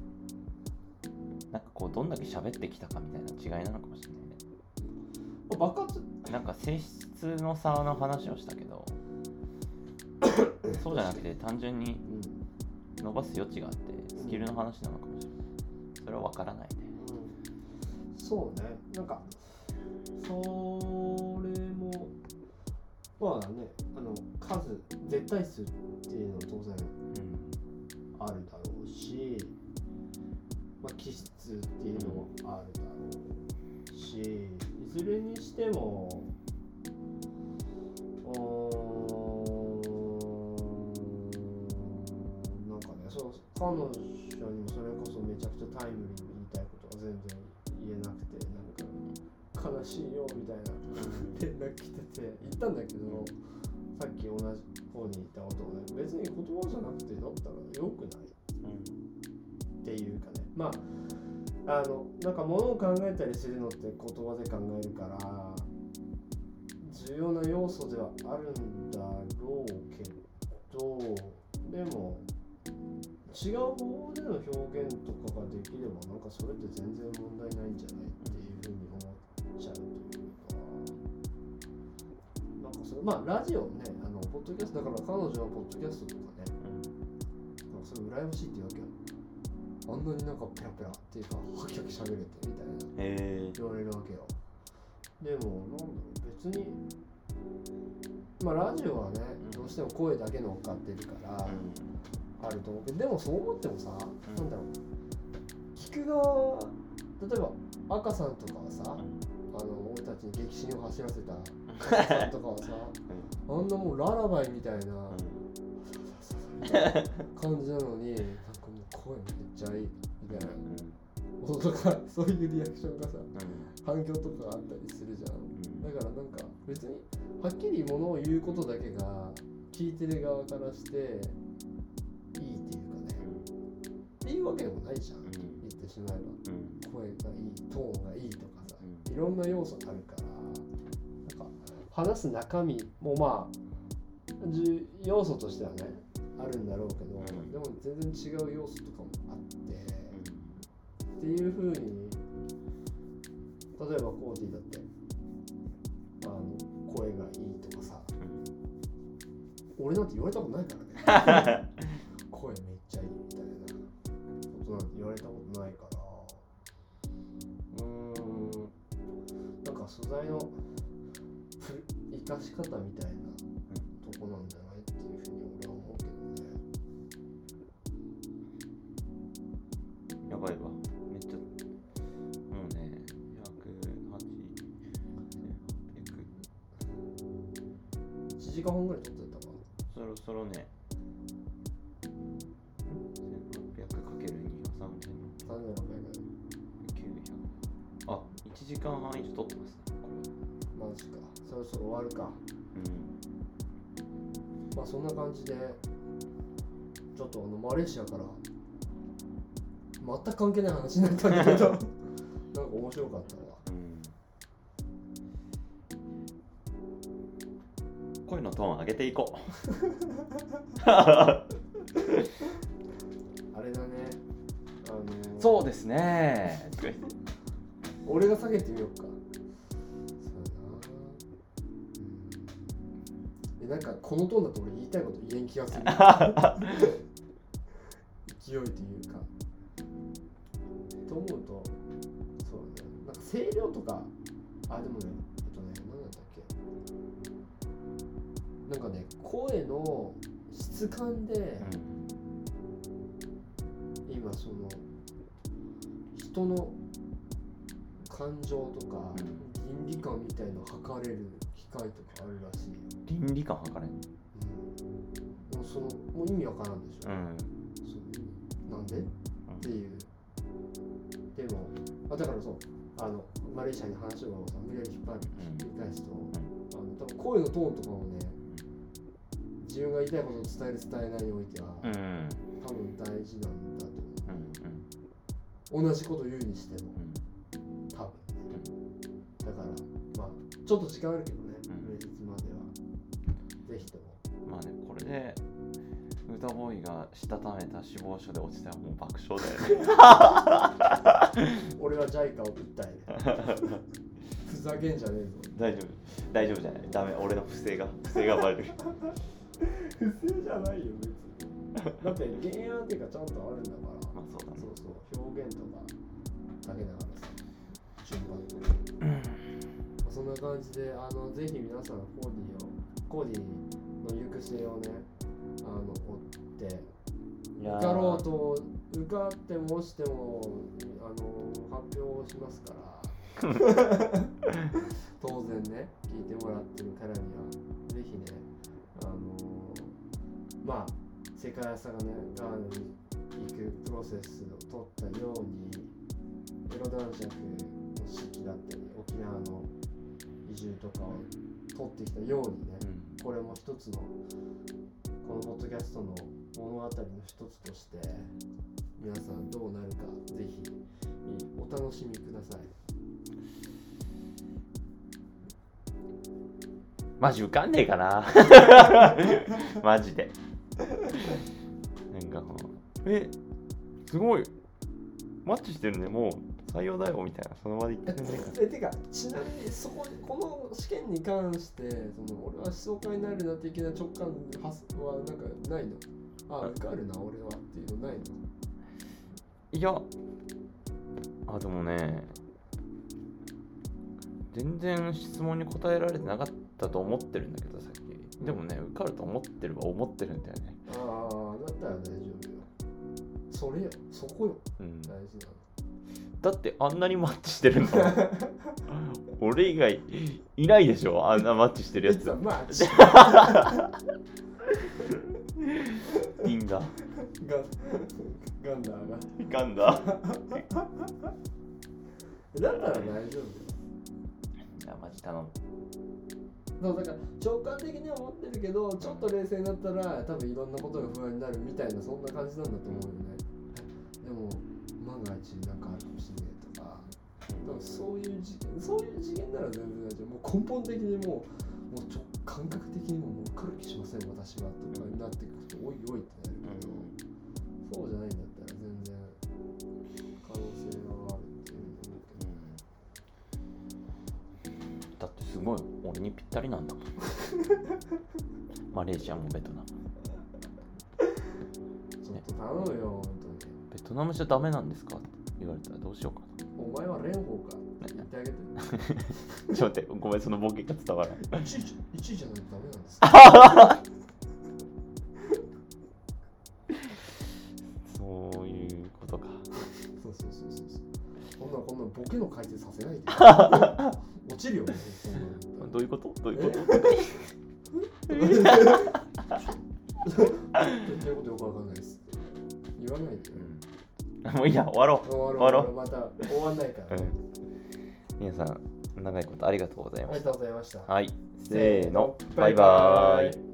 なんかこうどんだけ喋ってきたかみたいな違いなのかもしれないね。 爆発なんか性質の差の話をしたけどそうじゃなくて単純に伸ばす余地があってスキルの話なのかもしれない。それは分からないね。 そうね。なんかそれもまあね、数絶対数っていうのは当然あるだろうし、気質っていうのもあるだろうし、いずれにしてもなんかね、彼女にもそれこそめちゃくちゃタイムリーに言いたいことは全然言えなくて、なんか悲しいよみたいな連絡来てて言ったんだけど、さっき同じ方に言ったことをね、別に言葉じゃなくてだったらよくない、っていうかね、なんか物を考えたりするのって言葉で考えるから重要な要素ではあるんだろうけど、でも違う方での表現とかができればなんかそれって全然問題ないんじゃないっていうふうに思っちゃうというか、なんかそれラジオね、ポッドキャストだから彼女はポッドキャストとかね、なんかそれ羨ましいっていうわけよ。あんなになんかペラペラっていうかハキハキ喋れてみたいな言われるわけよ。でもなんだろう、別にラジオはね、どうしても声だけ乗っかってるからあると思うけど、でもそう思ってもさ、なんだろう、聞く側、例えば赤さんとかはさ、俺たちに激震を走らせた赤さんとかはさあんなもうララバイみたいな感じなのに、なんかもう声めっちゃいいみたいなこととか、そういうリアクションがさ、反響とかあったりするじゃん。だからなんか別にはっきりものを言うことだけが聞いてる側からしていいっていうかね、っていうわけでもないじゃん、言ってしまえば。声がいい、トーンがいいとかさ、いろんな要素あるから、なんか話す中身も要素としてはねあるんだろうけど、でも全然違う要素とかもあって、っていう風に、例えばコーディだって声がいいとかさ、俺なんて言われたことないからね声めっちゃいいみたいなことなんて言われたことないから、なんか素材の生かし方みたいなとこなんじゃないっていうふうに俺は思うけどね。 やばいわ、めっちゃもうね、 1時間半ぐらい撮ってたわ。 そろそろね、 あ、1時間半以上撮ってますね。 マジか。そろそろ終わるか。まあそんな感じでちょっとマレーシアから全く関係ない話になったんだけどなんか面白かったわ。 声のトーン上げていこうあれだね、 そうですね俺が下げてみようか。なんかこのトーンだと俺言いたいこと言えん気がする勢いというかと思うと、そうね、なんか声量とか、あ、でもね、何なんだっけ、なんかね、声の質感で、今その人の感情とか倫理観みたいのを測れる機械とかあるらしいよ。 倫理観測れん、 もう意味わからんでしょ、なんで、っていう。でもだからそう、マレーシアに話をさ無理やり引っ張り返すと、多分声のトーンとかもね、自分が言いたいことを伝える伝えないにおいては、多分大事なんだと思う、同じことを言うにしても、多分ね、だからまあちょっと時間あるけどね、平日まではぜひとも。 まあね、これで歌ボーイがしたためた死亡書で落ちたらもう爆笑だよね俺はジャイカを訴えるふざけんじゃねえぞ。 大丈夫じゃない、ダメ、俺の不正がバレる不正じゃないよ別にだって原案っていうかちゃんとあるんだから。 まあそうだね、 そう表現とかだけだからさ、順番とそんな感じでぜひ皆さんコーディの行く末をね追って受かろうと受かっても落ちても発表しますから当然ね、聞いてもらってるからにはぜひね、まあ世界朝がねガーナに行くプロセスを取ったように、エロ男爵の式だったり沖縄の移住とかを取ってきたようにね、これも一つのこのポッドキャストの物語の一つとして皆さんどうなるかぜひお楽しみください。 マジ受かんねえかなマジでなんかすごいマッチしてるね、もう採用だよみたいな、その場で言ってくれないかてかちなみにこの試験に関して俺は思想家になるな的な直感はなんかないの？受かるな俺はっていうのないの？ いや、でもね、全然質問に答えられてなかったと思ってるんだけどさっき、でもね、受かると思ってるんだよね。 だったら大丈夫よ。それよ、そこよ、大事なの。 だってあんなにマッチしてるの俺以外いないでしょ、あんなマッチしてるやつ。 マッチいいんだ。 ガンダーがガンダーだったら大丈夫よ。 いやマジ頼む。 だから直感的には思ってるけど、ちょっと冷静になったら多分いろんなことが不安になるみたいな、そんな感じなんだと思うよね。でも万が一なんかあるかもしれないとか、多分そういう次元なら全然大丈夫。もう根本的にもう感覚的にもう受かる気しません私はとかになってくると、おいおいってなるけど、そうじゃないんだったら全然可能性はあるっていうの思うけど、 だってすごい俺にぴったりなんだもんマレーシアもベトナム。 ちょっと頼むよ本当に。 ベトナムじゃダメなんですかって言われたらどうしようかな。 お前は蓮舫かって言ってあげてちょっと待って、ごめん、そのボケが伝わらない。 1位じゃないとダメなんですかそういうことか。 そうこんなボケの解説させないで落ちるよね。 どういうこと？どういうこと？ 言ってることよくわかんないです。言わないで。 もういいや、終わろう。 また終わんないから。 皆さん長いことありがとうございました。 ありがとうございました。 はい、せーの、バイバーイ。